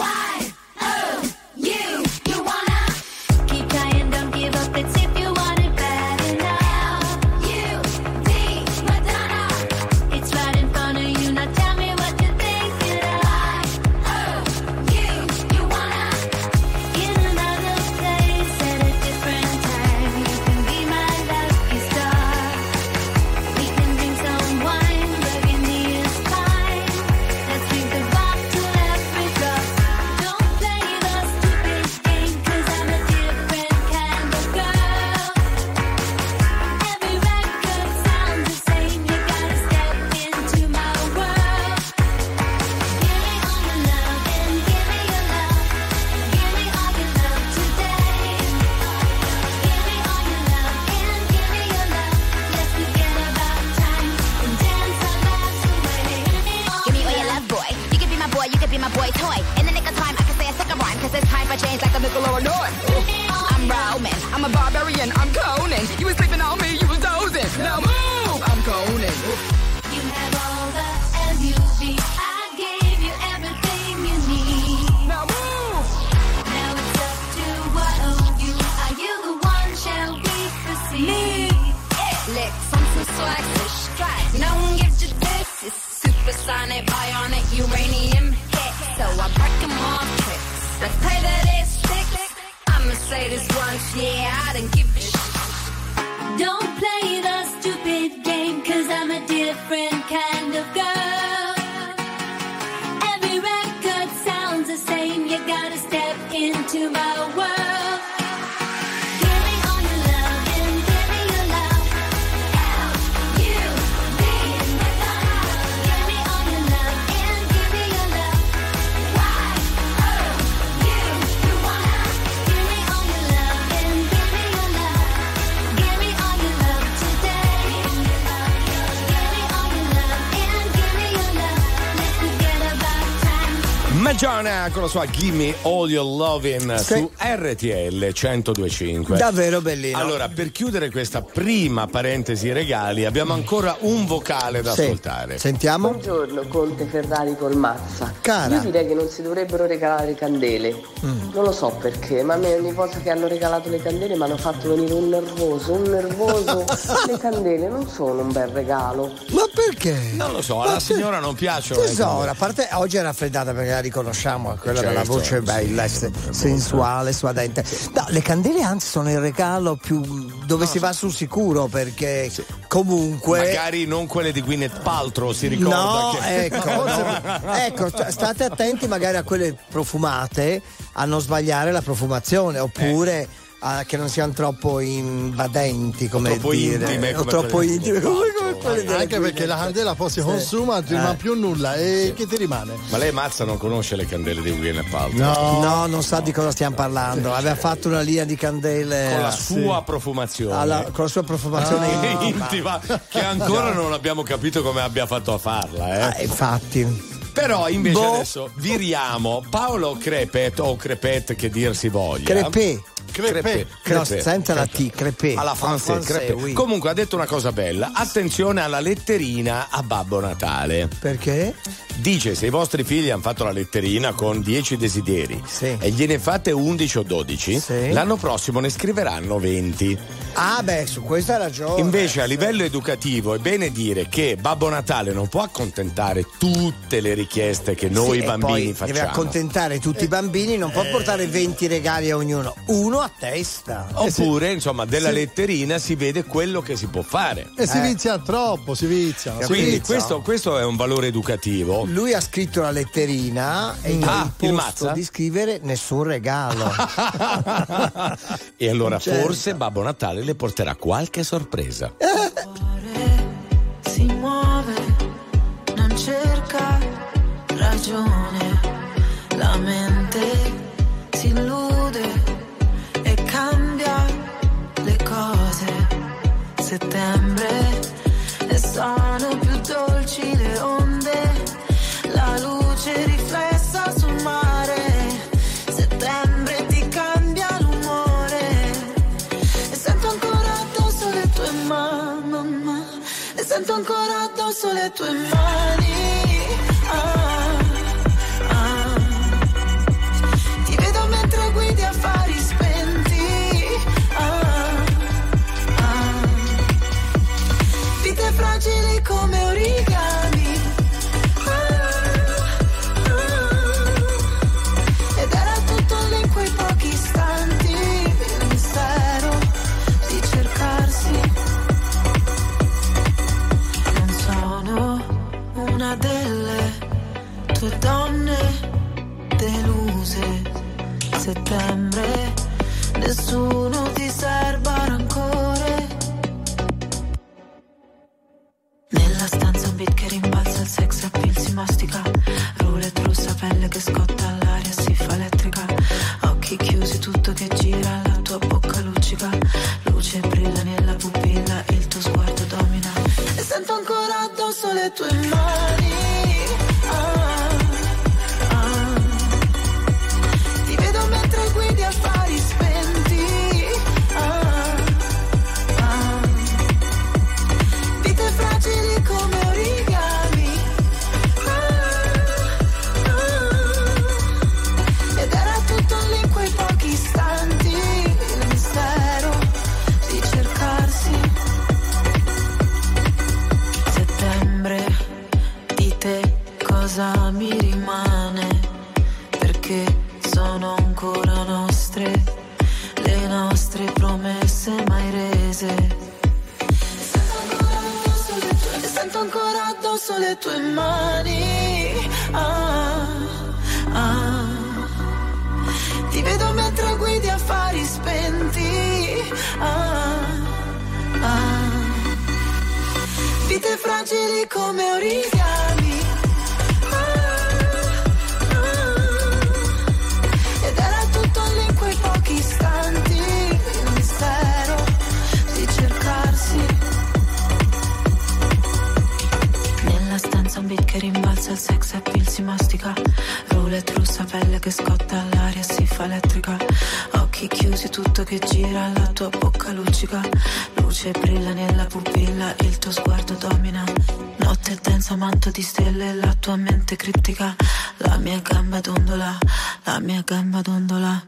Y-O-U, you wanna keep trying, don't give up. It's if you want it bad enough. U-V, Madonna. It's right in front of you. Now tell me what you're thinking of. I-O-U, you wanna in another place at a different time. You can be my lucky star. We can drink some wine, burgundy is fine. Let's drink the bottle every drop. Don't play the stupid game, 'cause I'm a different kind of girl. Every record sounds the same, you gotta step into my world. Give me all your love and give me your love. Give me all your love today. Give me all your love and give me your love. Let's forget about time and dance our lives away. Give me all your love, boy. You can be my boy, you can be my boy toy. In the nick of time, I can say a second rhyme, 'cause it's time for change like a nickel or a noise. I'm Roman, I'm a barbarian, I'm Conan. You was sleeping on me, you was dozing. Now move, I'm Conan. You have all the L-U-V. I gave you everything you need. Now move. Now it's up to what of you. Are you the one? Shall we proceed? Lick some swag, fish strike. No one gives you this. It's supersonic, bionic, uranium hit. So I break 'em off tricks. Let's play that it's six. I'ma say this once, yeah, I didn't give a shit. Don't play the stupid game, 'cause I'm a different kind of girl. Every record sounds the same, you gotta step into my world. Give me all your love and give me your love. L-U-V, Madonna. Give me all your love and give me your love. Y-O-U, you wanna give me all your love and give me your love. Give me all your love today. Give me all your love and give me your love. Let's forget about time. Madonna con la sua Gimme All Your Lovin' Sì. su RTL 102.5. Davvero bellino. Allora, per chiudere questa prima parentesi regali, abbiamo ancora un vocale da Sì. ascoltare. Sentiamo. Buongiorno Conte Ferrari col Mazza. Cara. Io direi che non si dovrebbero regalare le candele. Non lo so perché, ma a me ogni volta che hanno regalato le candele mi hanno fatto venire un nervoso. Le candele non sono un bel regalo. Ma perché? Non lo so, alla signora non piacciono. Tesoro, a parte oggi è raffreddata perché la riconosciamo, quella della Certo, voce bella, sensuale, suadente. No, le candele anzi sono il regalo più dove si va sul sicuro, perché comunque Magari non quelle di Gwyneth Paltrow, si ricorda no, che... ecco, cioè, state attenti magari a quelle profumate a non sbagliare la profumazione, oppure che non siano troppo invadenti, come troppo dire, intime, o troppo intime come quelle delle Anche perché la candela poi si consuma, non ti rimane più nulla. E che ti rimane? Ma lei Mazza non conosce le candele di Gwyneth Paltrow? No, non sa di cosa stiamo parlando. Aveva fatto una linea di candele Con la sua profumazione. con la sua profumazione intima, che ancora non abbiamo capito come abbia fatto a farla. Infatti. Però invece adesso viriamo Paolo Crepet, o Crepet che dir si voglia. Crepet. Crepet. No, senza la T, Crepet. Alla française, Crepet. Oui. Comunque ha detto una cosa bella. Attenzione alla letterina a Babbo Natale. Perché? dice: se i vostri figli hanno fatto la letterina con 10 desideri e gliene fate 11 o 12, l'anno prossimo ne scriveranno 20. Ah beh, su questo hai ragione. Invece a livello educativo è bene dire che Babbo Natale non può accontentare tutte le richieste che noi bambini facciamo. Deve accontentare tutti i bambini, non può portare 20 regali a ognuno, uno a testa. Oppure insomma della letterina si vede quello che si può fare. E si vizia troppo, si vizia. Quindi questo è un valore educativo. Lui ha scritto la letterina e gli ha imposto di scrivere nessun regalo. E allora forse Babbo Natale le porterà qualche sorpresa. Si muove, non cerca ragione, la mente si illude e cambia le cose. Settembre e sono più dolci le onde, la luce riflessa sul mare. Settembre ti cambia l'umore e sento ancora addosso le tue mani, e sento ancora addosso le tue mani. Ti vedo mentre guidi affari spenti. Vite fragili come origami. Ed era tutto lì in quei pochi istanti, il mistero di cercarsi. Non sono una delle tue donne deluse. Settembre, nessuno ti serba rancore. Nella stanza un beat che rimbalza, il sex appeal si mastica. Roulette rossa, pelle che scotta all'aria, si fa elettrica. Occhi chiusi, tutto che gira, la tua bocca luccica. Luce brilla nella pupilla, il tuo sguardo domina. E sento ancora addosso le tue mani. Ti vedo mentre guidi affari spenti. Vite fragili come origami. Ed era tutto lì in quei pochi istanti, il mistero di cercarsi. Settembre, di te cosa mi rimane? Perché sono ancora nostre le nostre promesse mai rese. Sento ancora addosso le tue mani. Ti vedo mentre guidi affari spenti. Vite fragili come origami. Ed era tutto lì in quei pochi istanti, il mistero di cercarsi. Nella stanza un beat che rimbalza, il sex appeal si mastica. Roulette rossa, pelle che scotta all'aria, si fa elettrica. Occhi chiusi, tutto che gira, la tua bocca luccica. Luce brilla nella pupilla, il tuo sguardo domina. Notte densa, manto di stelle, la tua mente criptica. La mia gamba dondola, la mia gamba dondola.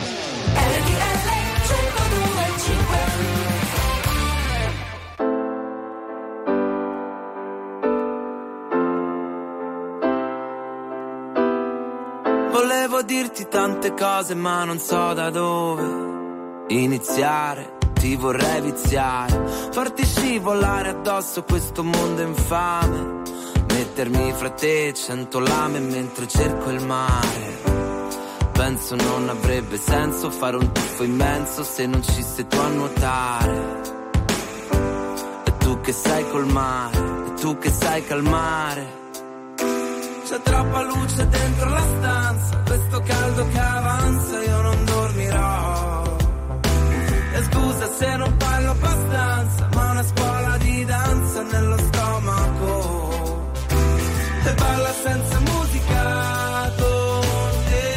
Volevo dirti tante cose ma non so da dove iniziare. Ti vorrei viziare, farti scivolare addosso questo mondo infame, mettermi fra te 100 lame mentre cerco il mare. Penso non avrebbe senso fare un tuffo immenso se non ci sei tu a nuotare. E tu che sai col mare, e tu che sai calmare. C'è troppa luce dentro la stanza, questo caldo che avanza, io non dormirò. E scusa se non parlo abbastanza, ma una scuola di danza nello stomaco. E balla senza musica con te.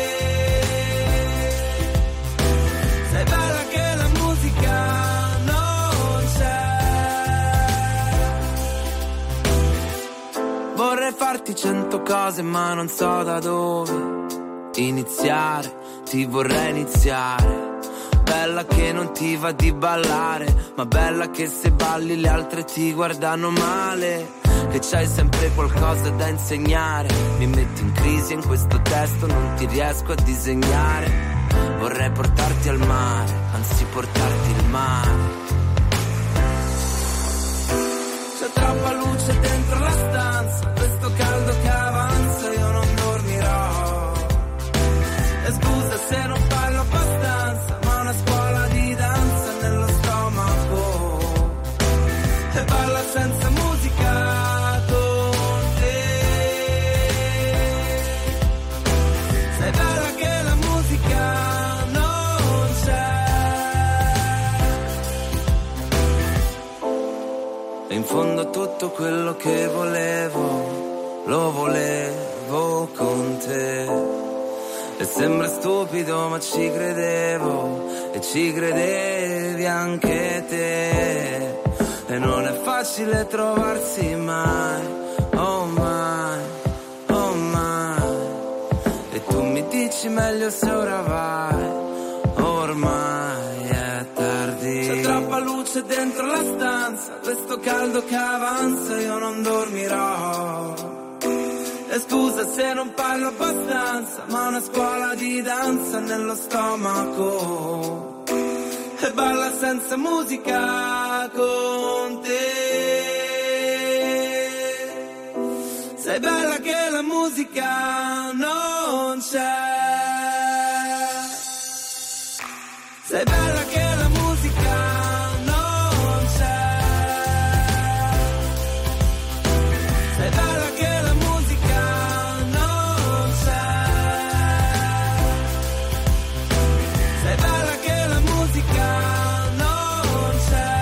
Sei bella che la musica non c'è. Vorrei farti 100 cose ma non so da dove iniziare, ti vorrei iniziare. Bella che non ti va di ballare, ma bella che se balli le altre ti guardano male. Che c'hai sempre qualcosa da insegnare. Mi metti in crisi in questo testo, non ti riesco a disegnare. Vorrei portarti al mare, anzi portarti il mare. C'è troppa luce dentro la stanza, questo caldo che avanza, io non dormirò. E scusa se non parlo abbastanza, ma una scuola di danza nello stomaco. E balla senza musica con te. Sei bella che la musica non c'è. E in fondo tutto quello che volevo, lo volevo con te. E sembra stupido ma ci credevo, e ci credevi anche te. E non è facile trovarsi mai, oh mai, oh mai. E tu mi dici meglio se ora vai, ormai è tardi. C'è troppa luce dentro la stanza, questo caldo che avanza, io non dormirò. E scusa se non parlo abbastanza, ma una scuola di danza nello stomaco. E balla senza musica con te. Sei bella che la musica non c'è. Sei bella che la musica non c'è. Sei bella che la musica non c'è. Sei bella che la musica non c'è.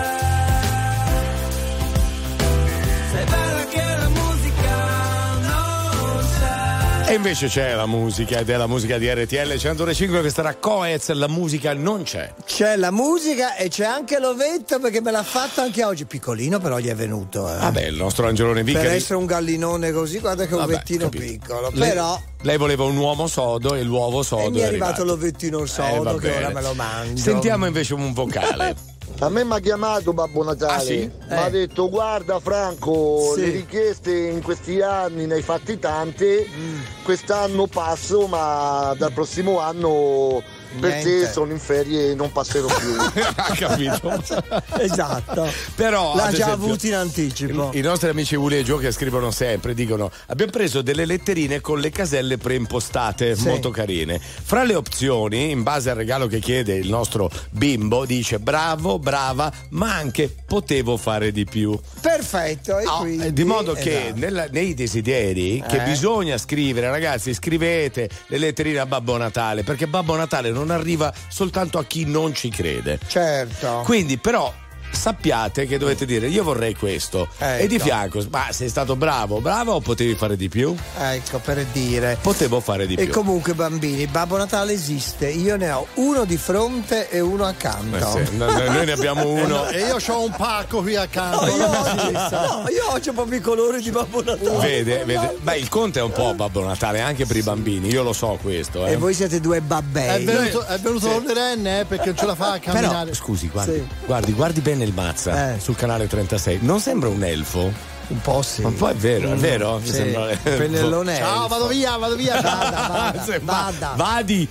Sei bella che la musica non c'è. E invece c'è la musica, ed è la musica di RTL 105 che starà Coez, la musica non c'è. C'è la musica e c'è anche l'ovetto, perché me l'ha fatto anche oggi, piccolino però gli è venuto. Vabbè, il nostro Angelone Vicari. Per essere un gallinone così, guarda che ovettino piccolo. Lei voleva un uomo sodo e l'uovo sodo e mi è arrivato l'ovettino sodo che ora me lo mangio. Sentiamo invece un vocale. A me mi ha chiamato Babbo Natale, Ah, sì? mi ha detto guarda Franco, Sì. le richieste in questi anni ne hai fatte tante, quest'anno passo ma dal prossimo anno per Niente. te sono in ferie e non passerò più. Ha capito? Esatto. Però l'ha ad già esempio, avuto in anticipo. I nostri amici Ulegio che scrivono sempre dicono: abbiamo preso delle letterine con le caselle preimpostate, Sì. molto carine. Fra le opzioni, in base al regalo che chiede il nostro bimbo, dice bravo, brava, ma anche potevo fare di più. Perfetto. E quindi, Di modo che esatto. nei desideri che bisogna scrivere, ragazzi, scrivete le letterine a Babbo Natale, perché Babbo Natale non arriva soltanto a chi non ci crede. Certo. Quindi però sappiate che dovete dire io vorrei questo, e di fianco ma sei stato bravo, brava o potevi fare di più? Ecco, per dire. Potevo fare di E più. comunque bambini, Babbo Natale esiste, io ne ho uno di fronte e uno accanto. Sì, noi ne abbiamo uno. E io ho un pacco qui accanto. Io oggi ho proprio i colori di Babbo Natale. Vede, ma il Conte è un po' Babbo Natale anche per i bambini, io lo so questo. E voi siete due babbei. È venuto l'orderenne perché non ce la fa a camminare. Però, scusi, guardi, Sì. guardi bene il Mazza sul canale 36. Non sembra un elfo? Un po' sì. Un po' è vero, è vero? Mi Sì. sembra Pennellone Ciao, elfo. vado via. Vada. Vadi.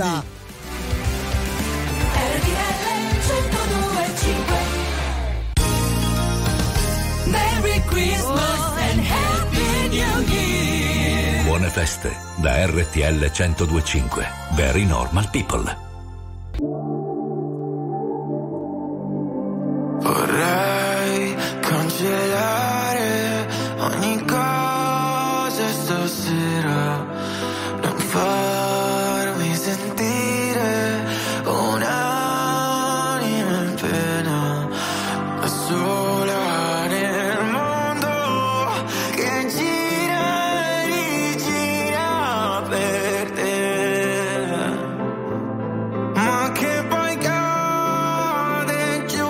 Merry Christmas and Happy New Year. Buone feste da RTL 102.5. Very Normal People. Vorrei cancellare ogni cosa stasera, non farmi sentire un'anima in pena, da sola nel mondo che gira e rigira per te, ma che poi cade giù.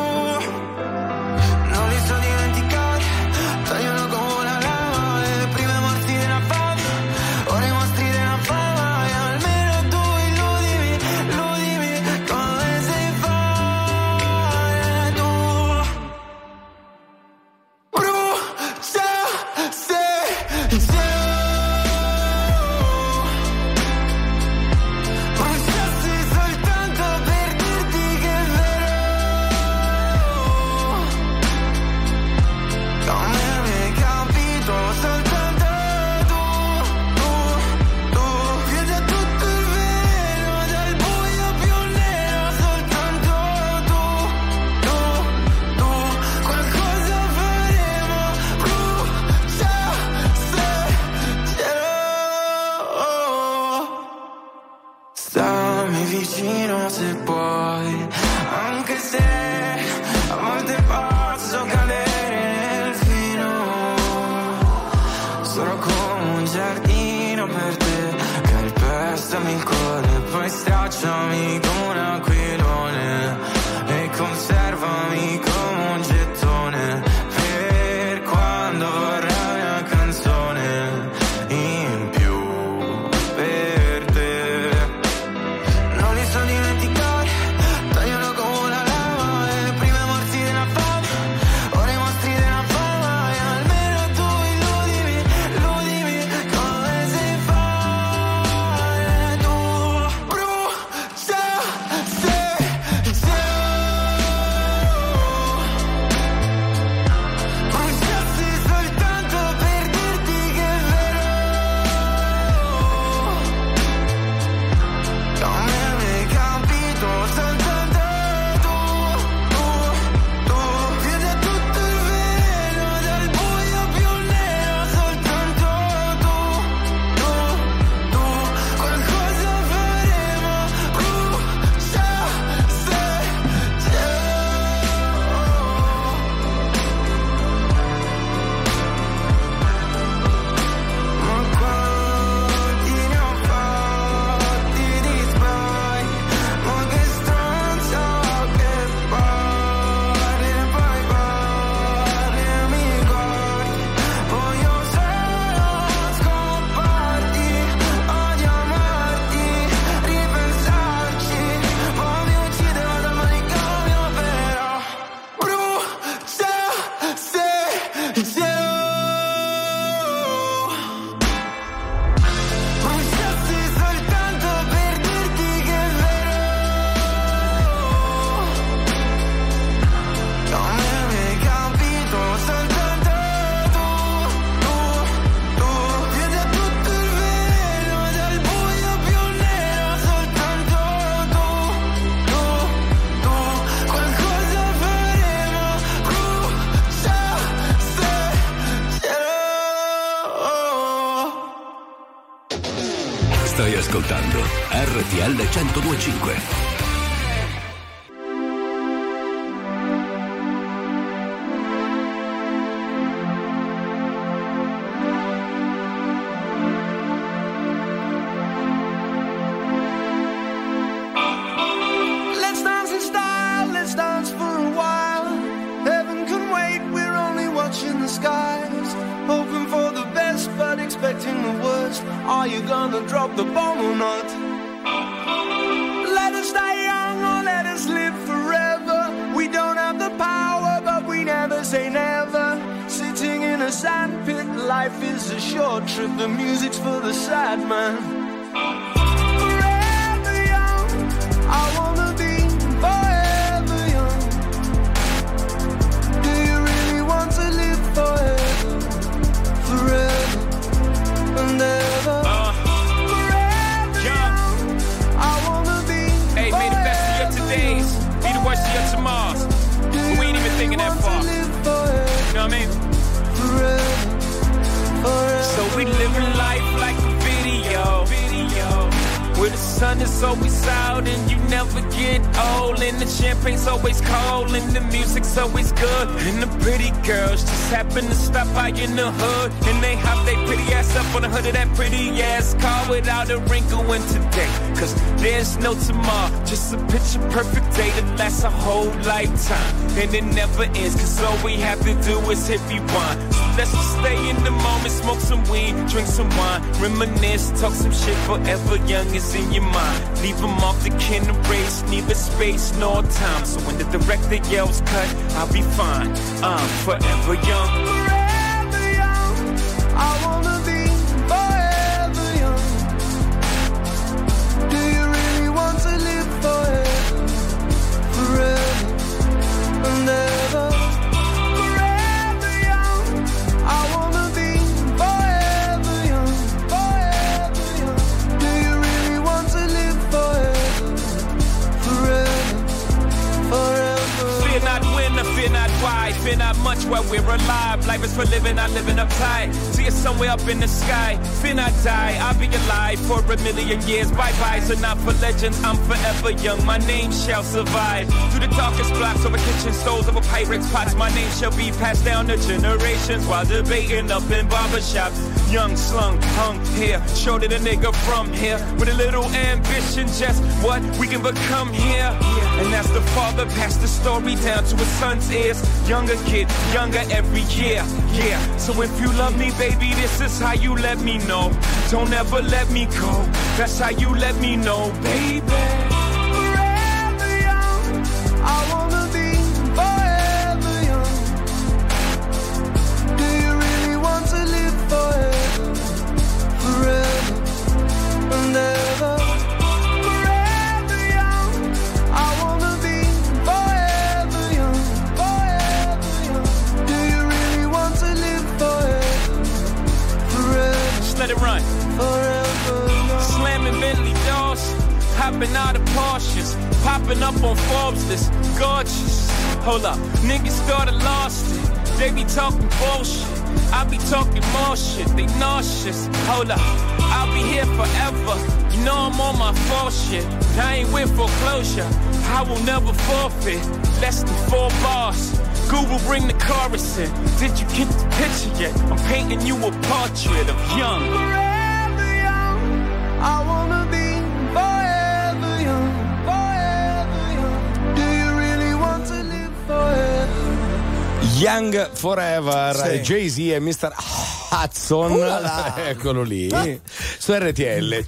Non li so dimenticare, tagliano come una lama, le prime morti vicino se puoi, anche se a volte posso cadere nel fino. Sono come un giardino per te, calpestami il cuore, poi stracciami come un aquilone e conservami come un gettone per quando vorrai una canzone in più per te. Non li so dimenticare, tagliano come una lama, le prime morti della fame, ora i mostri della fama, e almeno tu illudimi, illudimi come si fa. Tu brucia se bruciassi soltanto per dirti che è vero, come avevi capito soltanto tu chiudi a tutto il velo dal buio più nero, soltanto tu qualcosa faremo, brucia se ma quanti ne ho fatti di sbagli, ma che stronza che parli e poi parli e mi guardi, voglio solo scopparti, odio amarti, ripensarci, poi mi uccide vado al manicomio però, brucia se bruciassi soltanto per dirti che è vero, come avevi capito soltanto tu chiudi a tutto il velo dal buio più nero, soltanto tu qualcosa faremo, brucia se Stai ascoltando RTL 102.5. Let's dance in style, let's dance for a while. Heaven can wait, we're only watching the skies. Hoping for the best, but expecting the worst. Are you gonna drop the bomb or not? Let us die young or let us live forever. We don't have the power, but we never say never. Sitting in a sandpit, life is a short trip. The music's for the sad man. Forever young, I wanna be forever young. Do you really want to live forever? Forever and ever. Forever young, I wanna be Hey, may the best of your todays be the worst of your tomorrows. But we ain't even thinking that far. You know what I mean? So we living life like a video. Where the sun is always out and you never get old, and the champagne's always cold and the music's always good, and the pretty girls just happen to stop by in the hood, and they hop their pretty ass up on the hood of that pretty ass car without a wrinkle in today. Cause there's no tomorrow, just a picture perfect day that lasts a whole lifetime, and it never ends, cause all we have to do is hit rewind. So let's just stay in the moment, smoke some weed, drink some wine, reminisce, talk some shit, forever young is in your mind. Leave them off the kin race, neither space nor time. So when the director yells cut, I'll be fine. I'm forever young. forever young. I wanna be forever young. Do you really want to live forever? Forever and ever. Forever young. I wanna be forever young. Forever young. Do you really want to live forever? Forever. Forever. Fear not when, or fear not why, fear not much while we're alive. Life is for living, I live in uptight. See you somewhere up in the sky. Fear not die, I'll be alive for a million years. Bye-bye, so not for legends, I'm forever young. My name shall survive. Through the darkest blocks, over kitchen stoves, over pirates' pots. My name shall be passed down to generations while debating up in barbershops. Young, slung, hung here, showed it a nigga from here. With a little ambition, just what we can become here. And that's the father, passed the story down to his son's ears. Younger kid, younger every year, yeah. So if you love me, baby, this is how you let me know. Don't ever let me go, that's how you let me know, baby. Forever young, I wanna be forever young. Do you really want to live forever? Forever and ever. Forever young, I wanna be forever young. Forever young. Do you really want to live forever? Forever. Just let it run. Forever young. Slamming Bentley doors, hopping out of Porsches, popping up on Forbes list, gorgeous. Hold up, niggas started lost it. They be talking bullshit, I be talking more shit. They nauseous. Hold up, I'll be here forever. You know I'm on my full shit. I ain't with foreclosure, I will never forfeit. Less than 4 bars. Google, bring the chorus in. Did you get the picture yet? I'm painting you a portrait of young. Forever young, I wanna be forever young. Forever young. Do you really want to live forever? Young Forever, Sì. Jay-Z e Mr. Hudson, eccolo lì, su RTL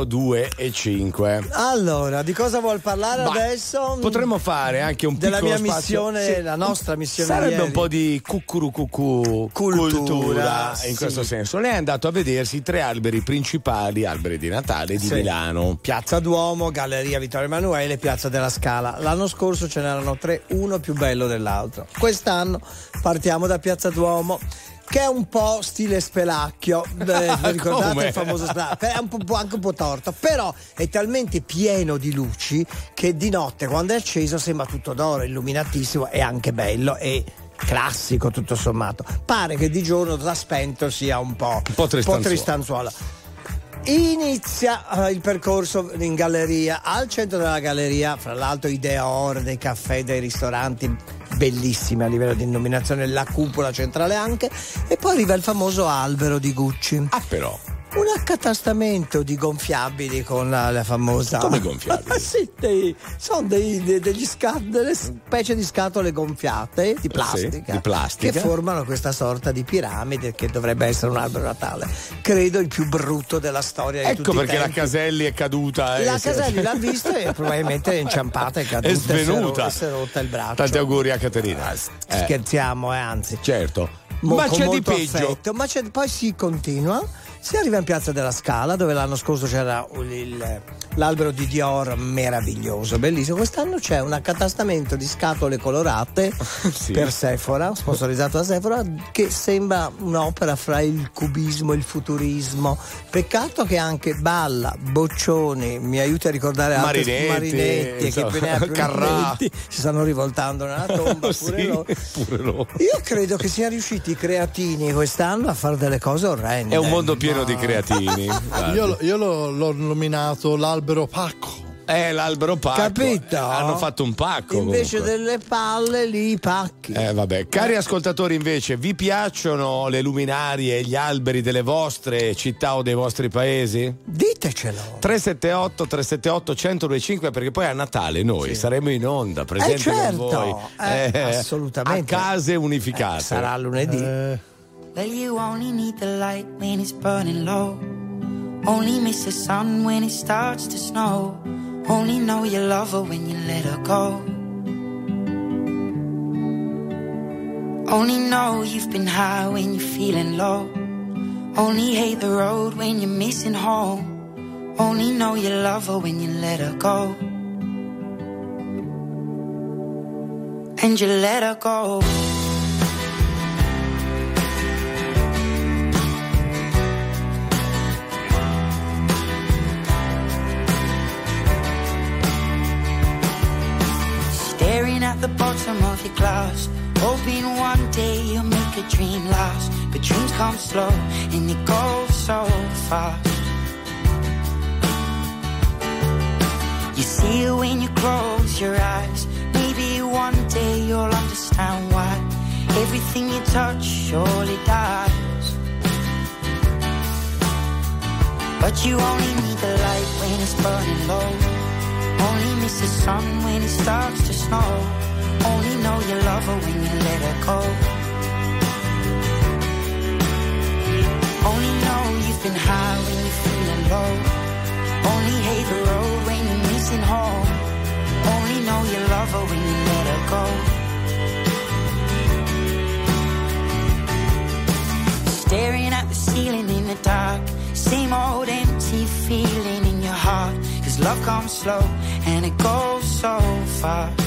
102.5. Allora, di cosa vuol parlare adesso? Potremmo fare anche un della piccolo mia spazio. missione, Sì. la nostra missione. Sarebbe ieri. un po' di cucurucucù cultura in questo senso. Lei è andato a vedersi i 3 alberi principali, alberi di Natale di Sì. Milano. Piazza Duomo, Galleria Vittorio Emanuele, Piazza della Scala. L'anno scorso ce n'erano 3, uno più bello dell'altro. Quest'anno partiamo da Piazza Duomo, che è un po' stile Spelacchio. Ricordate Come? il famoso Spelacchio? È anche un po' torto, però è talmente pieno di luci che di notte, quando è acceso, sembra tutto d'oro, illuminatissimo e anche bello e classico tutto sommato. Pare che di giorno da spento sia un po' tristanzuolo. Inizia il percorso in galleria. Al centro della galleria, fra l'altro, i decor dei caffè, dei ristoranti bellissimi a livello di illuminazione, la cupola centrale anche, e poi arriva il famoso albero di Gucci. Ah, però un accatastamento di gonfiabili con la famosa. Come gonfiabili? Sì, sono delle specie di scatole gonfiate di plastica, Sì, di plastica, che formano questa sorta di piramide che dovrebbe essere un albero natale. Credo il più brutto della storia di tutti Ecco perché i la tempi. Caselli è caduta. La Caselli l'ha visto e probabilmente è inciampata, è caduta, È svenuta. e si è rotta il braccio. Tanti auguri a Caterina. Scherziamo, anzi. Certo. Ma c'è con di molto peggio. affetto. Poi si continua, si arriva in Piazza della Scala, dove l'anno scorso c'era l'albero di Dior meraviglioso, bellissimo. Quest'anno c'è un accatastamento di scatole colorate per Sephora, sponsorizzato da Sephora, che sembra un'opera fra il cubismo e il futurismo. Peccato che anche Balla, Boccioni, mi aiuti a ricordare altri Marinetti e che più ne ha più Carrà. si stanno rivoltando nella tomba, pure loro. Pure loro. Io credo che siano riusciti i creatini quest'anno a fare delle cose orrende. È un mondo pieno di creatini. Io l'ho nominato l'albero pacco. L'albero pacco. Capito? Hanno fatto un pacco. Invece comunque. delle palle lì i pacchi. Vabbè. Cari ascoltatori, invece, vi piacciono le luminarie e gli alberi delle vostre città o dei vostri paesi? Ditecelo. 378 1025, perché poi a Natale noi saremo in onda presenti certo. con voi. Assolutamente. A case unificate. Sarà lunedì. Well, you only need the light when it's burning low. Only miss the sun when it starts to snow. Only know you love her when you let her go. Only know you've been high when you're feeling low. Only hate the road when you're missing home. Only know you love her when you let her go. And you let her go. Staring at the bottom of your glass, hoping one day you'll make a dream lost, but dreams come slow and it goes so fast. You see it when you close your eyes. Maybe one day you'll understand why everything you touch surely dies. But you only need the light when it's burning low. Only miss the sun when it starts to snow. Only know you love her when you let her go. Only know you've been high when you're feeling low. Only hate the road when you're missing home. Only know you love her when you let her go. Staring at the ceiling in the dark. Same old empty feeling in your heart. 'Cause love comes slow and it goes so fast.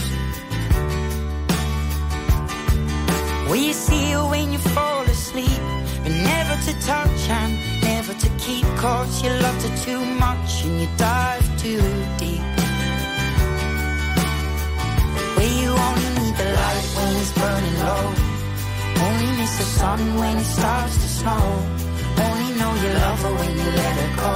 Well, you see it when you fall asleep, but never to touch and never to keep. 'Cause you loved her too much and you dive too deep. Well, you only need the light when it's burning low. Only miss the sun when it starts to snow. Only know you love her when you let her go.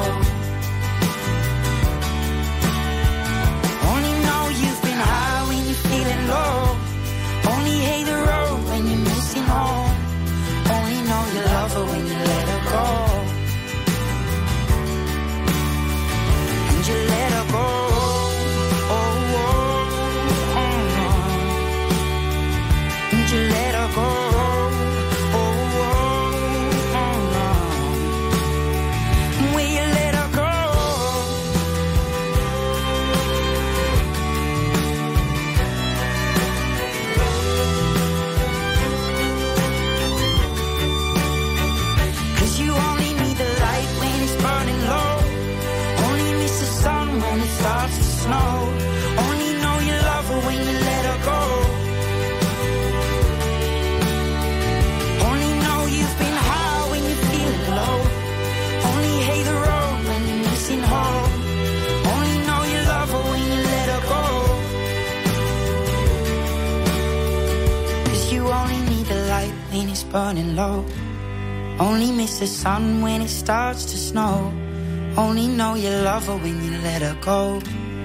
Only know you've been high when you're feeling low. Only hate the road when you're missing home. Only know you love her when you let her go. And you let her go. Oh, oh, oh, oh. And you let her go. Only know you love her when you let her go. Only know you've been high when you're feeling low. Only hate the road when you're missing home. Only know you love her when you let her go. 'Cause you only need the light when it's burning low. Only miss the sun when it starts to snow. Only know you love her when you let her go.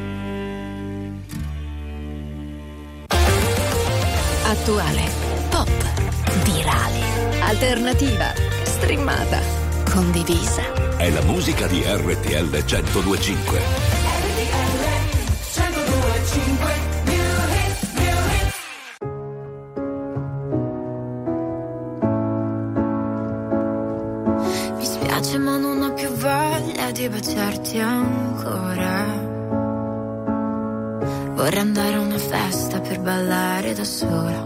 Attuale, pop, virale, alternativa, streamata, condivisa. È la musica di RTL 102.5. RTL 102.5. Mi spiace ma non ho più voglia di baciarti ancora. Vorrei andare a una festa per ballare da sola.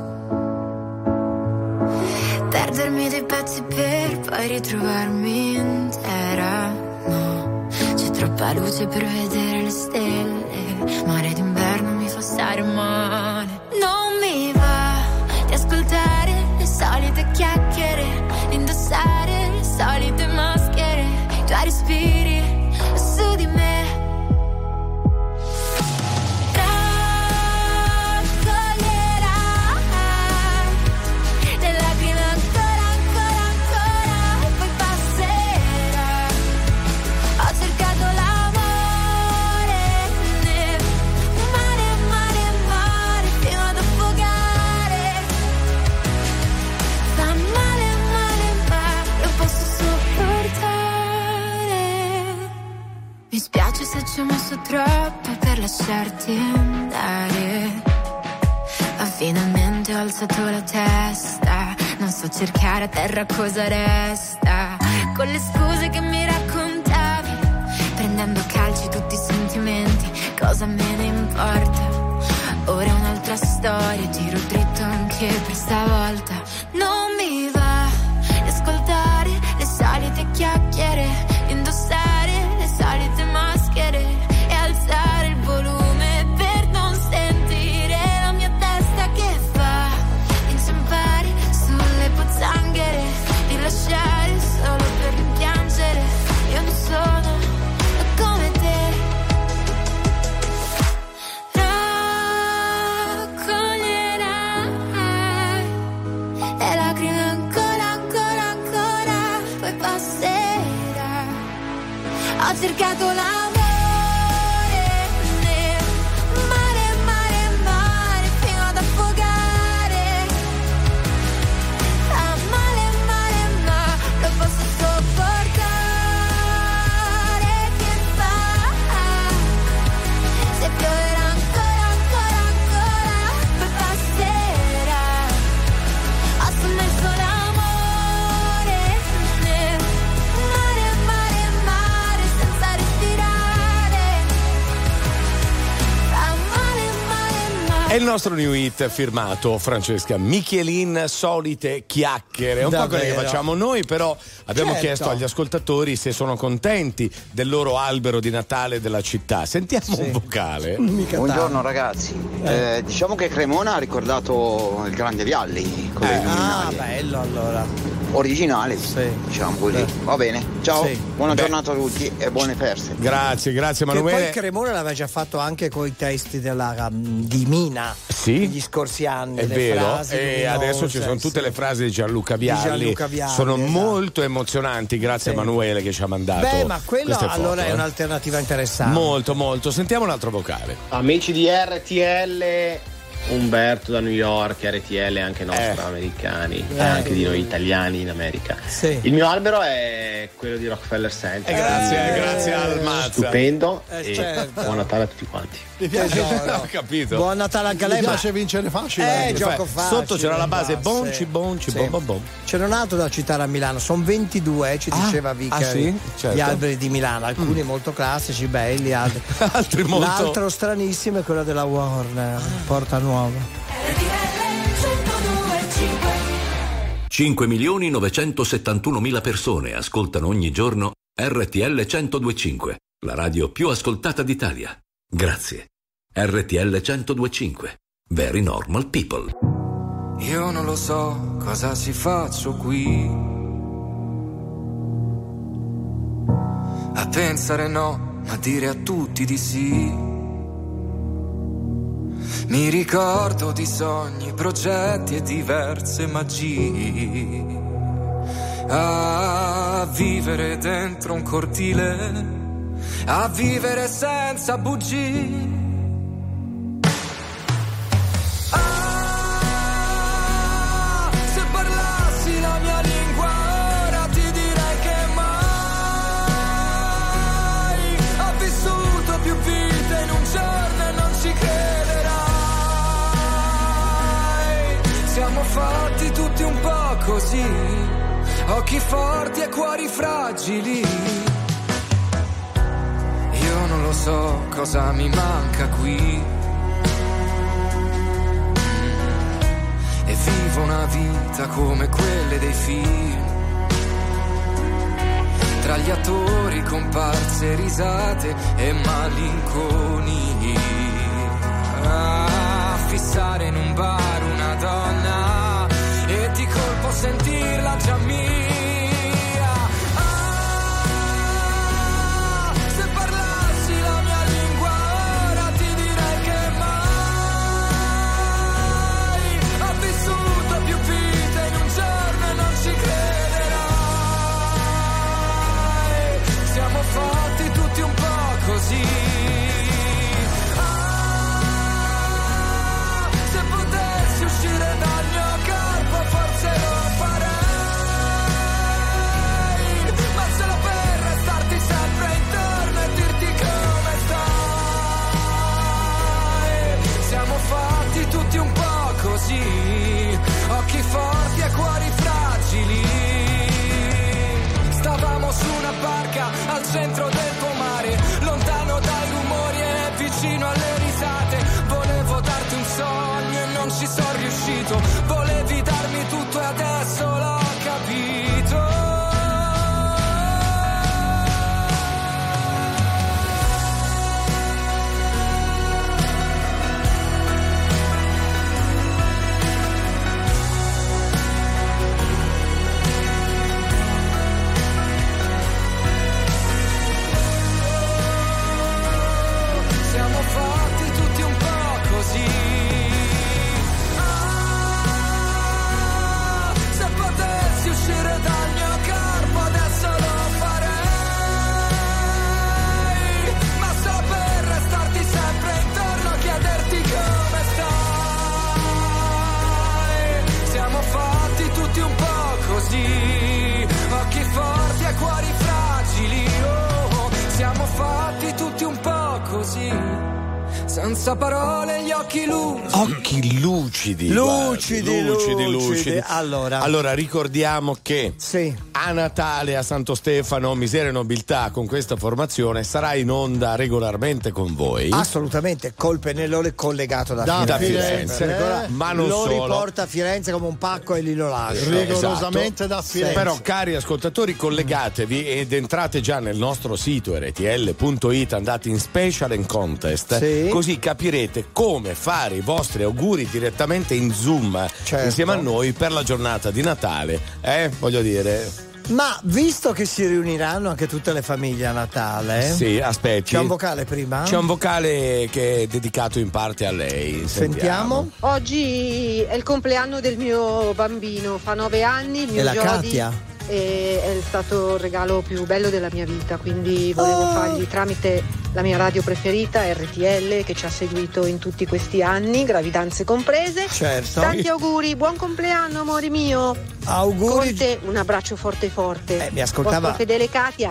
Perdermi dei pezzi per poi ritrovarmi intera. No, c'è troppa luce per vedere le stelle. Mare d'inverno mi fa stare male. Non mi va di ascoltare le solite chiacchiere, indossare le solite maschere, i tuoi respiri su di me. Mi spiace se ci ho messo troppo per lasciarti andare, ma finalmente ho alzato la testa. Non so cercare a terra cosa resta. Con le scuse che mi raccontavi, prendendo a calci tutti i sentimenti, cosa me ne importa? Ora è un'altra storia, tiro dritto anche per stavolta. Non mi va di ascoltare le solite chiacchiere, indossare le solite maschere e alzare il volume per non sentire la mia testa che fa inciampare sulle pozzanghere, di lasciare solo per rimpiangere. Ho cercato l'amore nel mare, mare, mare, fino ad affogare. Fa male, male, ma lo posso sopportare. Che fa? Se pioverà ancora, ancora, ancora, poi passerà. Ho sommerso l'amore nel mare, mare, mare, senza respirare. Fa male, male, male. È il nostro new hit firmato Francesca Michelin, solite chiacchiere. È un po' quelle che facciamo noi, però abbiamo chiesto agli ascoltatori se sono contenti del loro albero di Natale della città. Sentiamo un vocale. Buongiorno ragazzi, diciamo che Cremona ha ricordato il Grande Vialli con le luminarie. Bello allora. Originale, diciamo così. Va bene, ciao, buona Beh. giornata a tutti e buone feste. Grazie Che Emanuele. poi Cremona l'aveva già fatto anche con i testi di Mina negli scorsi anni. È le vero, frasi e luminose, adesso ci sono tutte le frasi di Gianluca Vialli. Sono molto emozionanti, grazie Emanuele che ci ha mandato. Beh, ma quello queste allora foto, è un'alternativa interessante. Molto, molto. Sentiamo un altro vocale. Amici di RTL, Umberto da New York, RTL anche nostri americani, anche di noi italiani in America. Il mio albero è quello di Rockefeller Center. Grazie al Mazza. Stupendo Eh, e certo. buon Natale a tutti quanti. Mi piace, Ho capito. Buon Natale anche a lei. Mi piace vincere facile. Gioco facile. Sotto c'era la base bonci, bonci, bom bom bom. C'era un altro da citare a Milano, sono 22, ci diceva Vicari, sì? Certo. gli alberi di Milano, alcuni molto classici, belli, altri molto. L'altro stranissimo è quello della Warner, Porta Nuova. 5.971.000 persone ascoltano ogni giorno RTL 102.5, la radio più ascoltata d'Italia. Grazie. RTL 102.5. Very normal people. Io non lo so cosa ci faccio qui, a pensare no, ma dire a tutti di sì. Mi ricordo di sogni, progetti e diverse magie, a vivere dentro un cortile, a vivere senza bugie. Ah, se parlassi la mia lingua ora ti direi che mai ho vissuto più vite in un giorno e non ci crederai. Siamo fatti tutti un po' così, occhi forti e cuori fragili. Io non lo so cosa mi manca qui, e vivo una vita come quelle dei film, tra gli attori, comparse, risate e malinconia. A fissare in un bar una donna e di colpo sentirla già mia. Fatti tutti un po' così. Se potessi uscire dal mio corpo forse lo farei, ma solo per restarti sempre intorno e dirti come stai. Siamo fatti tutti un po' così, occhi forti e cuori fragili. Stavamo su una barca al centro del pomare, lontano dai rumori e vicino alle risate. Volevo darti un sogno e non ci sono riuscito. Volevi darmi tutto e adesso l'ho capito. fatti tutti un po' così, senza parole, gli occhi lucidi. Occhi lucidi. Lucidi. Allora ricordiamo che a Natale a Santo Stefano, Miseria e Nobiltà, con questa formazione sarà in onda regolarmente con voi. Assolutamente, col pennellone collegato da Firenze. Ma non lo solo. Riporta a Firenze come un pacco e lì lo lascia. Rigorosamente da Firenze. Però, cari ascoltatori, collegatevi ed entrate già nel nostro sito rtl.it, andate in special and contest, così capirete come fare i vostri auguri direttamente in Zoom insieme a noi per la giornata di Natale. Voglio dire. Ma visto che si riuniranno anche tutte le famiglie a Natale, sì, aspetti. C'è un vocale prima? C'è un vocale che è dedicato in parte a lei. Sentiamo. Oggi è il compleanno del mio bambino, fa 9 anni. Il mio è la Jody, Katia? È stato il regalo più bello della mia vita, quindi volevo fargli tramite la mia radio preferita, RTL, che ci ha seguito in tutti questi anni, gravidanze comprese. Certo. Tanti auguri, buon compleanno amore mio. Auguri. Con te un abbraccio forte forte. Mi ascoltava. Vostra fedele Katia.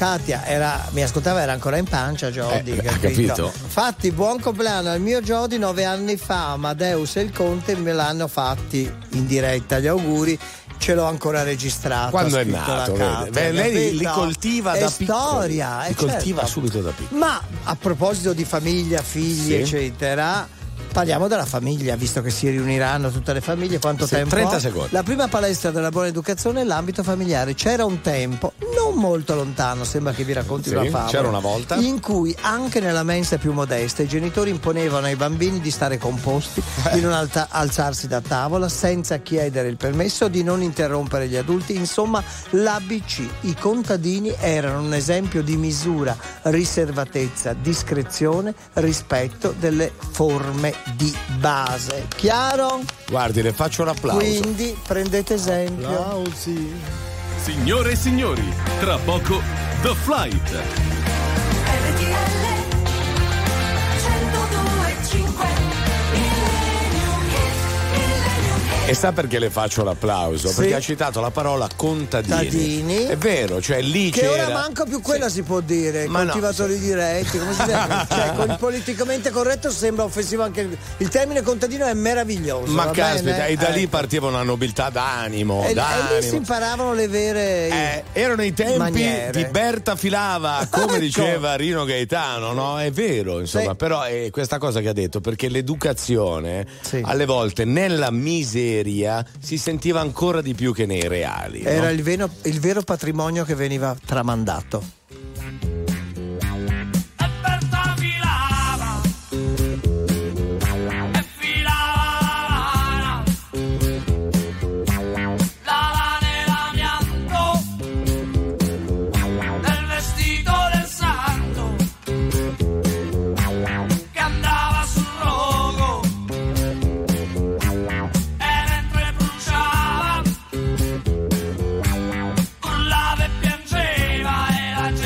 Mi ascoltava, era ancora in pancia Jody, capito? Fatti buon compleanno al mio Jody 9 anni fa. Amadeus e il Conte me l'hanno fatti in diretta gli auguri. Ce l'ho ancora registrato. Quando è nato, lei li coltiva da piccolo. Storia, li coltiva subito da piccolo. Ma a proposito di famiglia, figli, eccetera, parliamo della famiglia, visto che si riuniranno tutte le famiglie. Quanto tempo? 30 secondi. La prima palestra della buona educazione è l'ambito familiare. C'era un tempo, non molto lontano, sembra che vi racconti una favola. C'era una volta in cui anche nella mensa più modesta i genitori imponevano ai bambini di stare composti, di non alzarsi da tavola senza chiedere il permesso, di non interrompere gli adulti. Insomma, l'ABC. I contadini erano un esempio di misura, riservatezza, discrezione, rispetto delle forme di base. Chiaro? Guardi, le faccio l'applauso. Quindi prendete esempio. Applausi. Signore e signori, tra poco The Flight. RTL 102.5. E sa perché le faccio l'applauso? Sì. Perché ha citato la parola contadini. È vero, cioè lì che c'era. Ora manco più quella si può dire. Ma coltivatori diretti, come si chiama? Cioè, con il politicamente corretto sembra offensivo anche il termine contadino, è meraviglioso. Ma caspita, e da lì partiva una nobiltà d'animo. E lì si imparavano le vere erano i tempi maniere. di Berta Filava, come diceva Rino Gaetano, no? È vero, insomma, però è questa cosa che ha detto, perché l'educazione alle volte nella miseria si sentiva ancora di più che nei reali. Era no? il vero patrimonio che veniva tramandato. Urlava e piangeva e la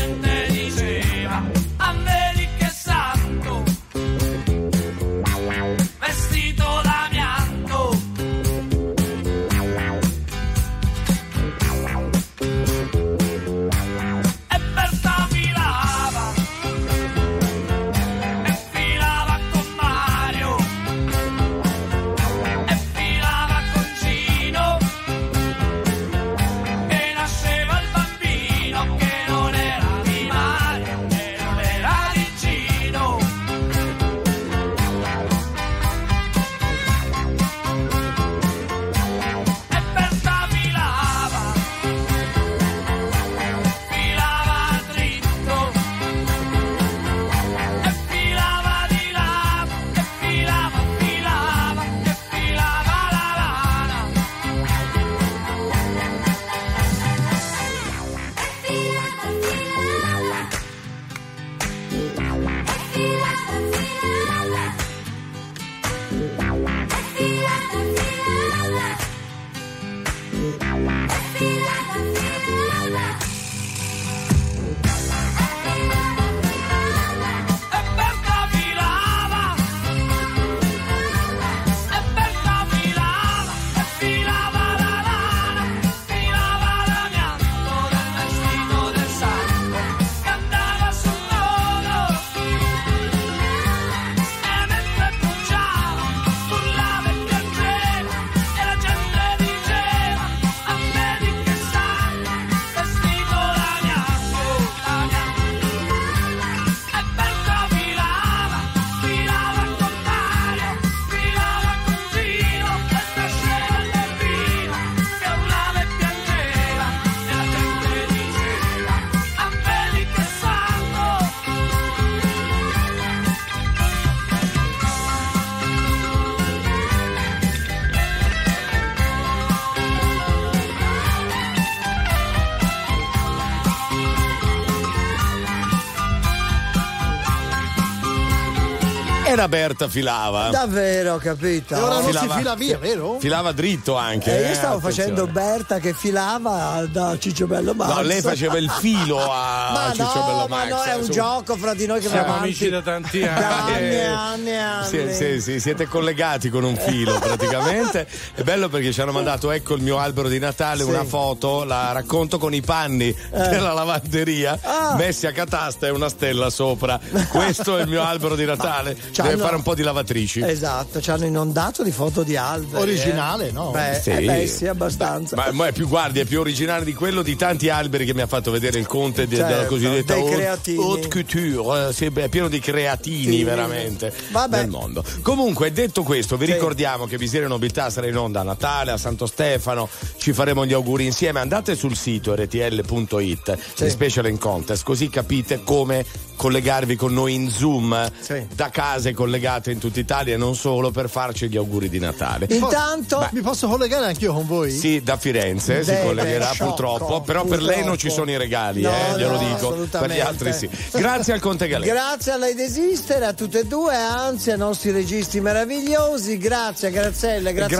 era Berta filava. Davvero, ho capito. E ora non si fila via, vero? Filava dritto anche. Io stavo facendo Berta che filava da Ciccio Bello Max. No, lei faceva il filo a Ciccio Bello Max. Ma no, è un gioco fra di noi che siamo amici da tanti anni. Sì, siete collegati con un filo praticamente. È bello perché ci hanno mandato, ecco il mio albero di Natale, una foto, la racconto con i panni della lavanderia messi a catasta e una stella sopra. Questo è il mio albero di Natale. Deve fare un po' di lavatrici. Esatto, ci hanno inondato di foto di alberi. Originale, no? Sì, abbastanza. Ma è più, guardi, è più originale di quello di tanti alberi che mi ha fatto vedere il conte della cosiddetta haute couture. È pieno di creatini veramente nel mondo. Comunque, detto questo, vi ricordiamo che Visiere Nobiltà sarà in onda a Natale, a Santo Stefano, ci faremo gli auguri insieme. Andate sul sito rtl.it, le special and contest, così capite come collegarvi con noi in Zoom da case collegate in tutta Italia e non solo, per farci gli auguri di Natale. Intanto mi posso collegare anch'io con voi? Sì, da Firenze si collegherà purtroppo, però per lei non ci sono i regali, glielo dico, per gli altri sì. Grazie al Conte Galè. Grazie a lei Desistere, a tutte e due, anzi ai nostri registi meravigliosi, grazie a Graziella, grazie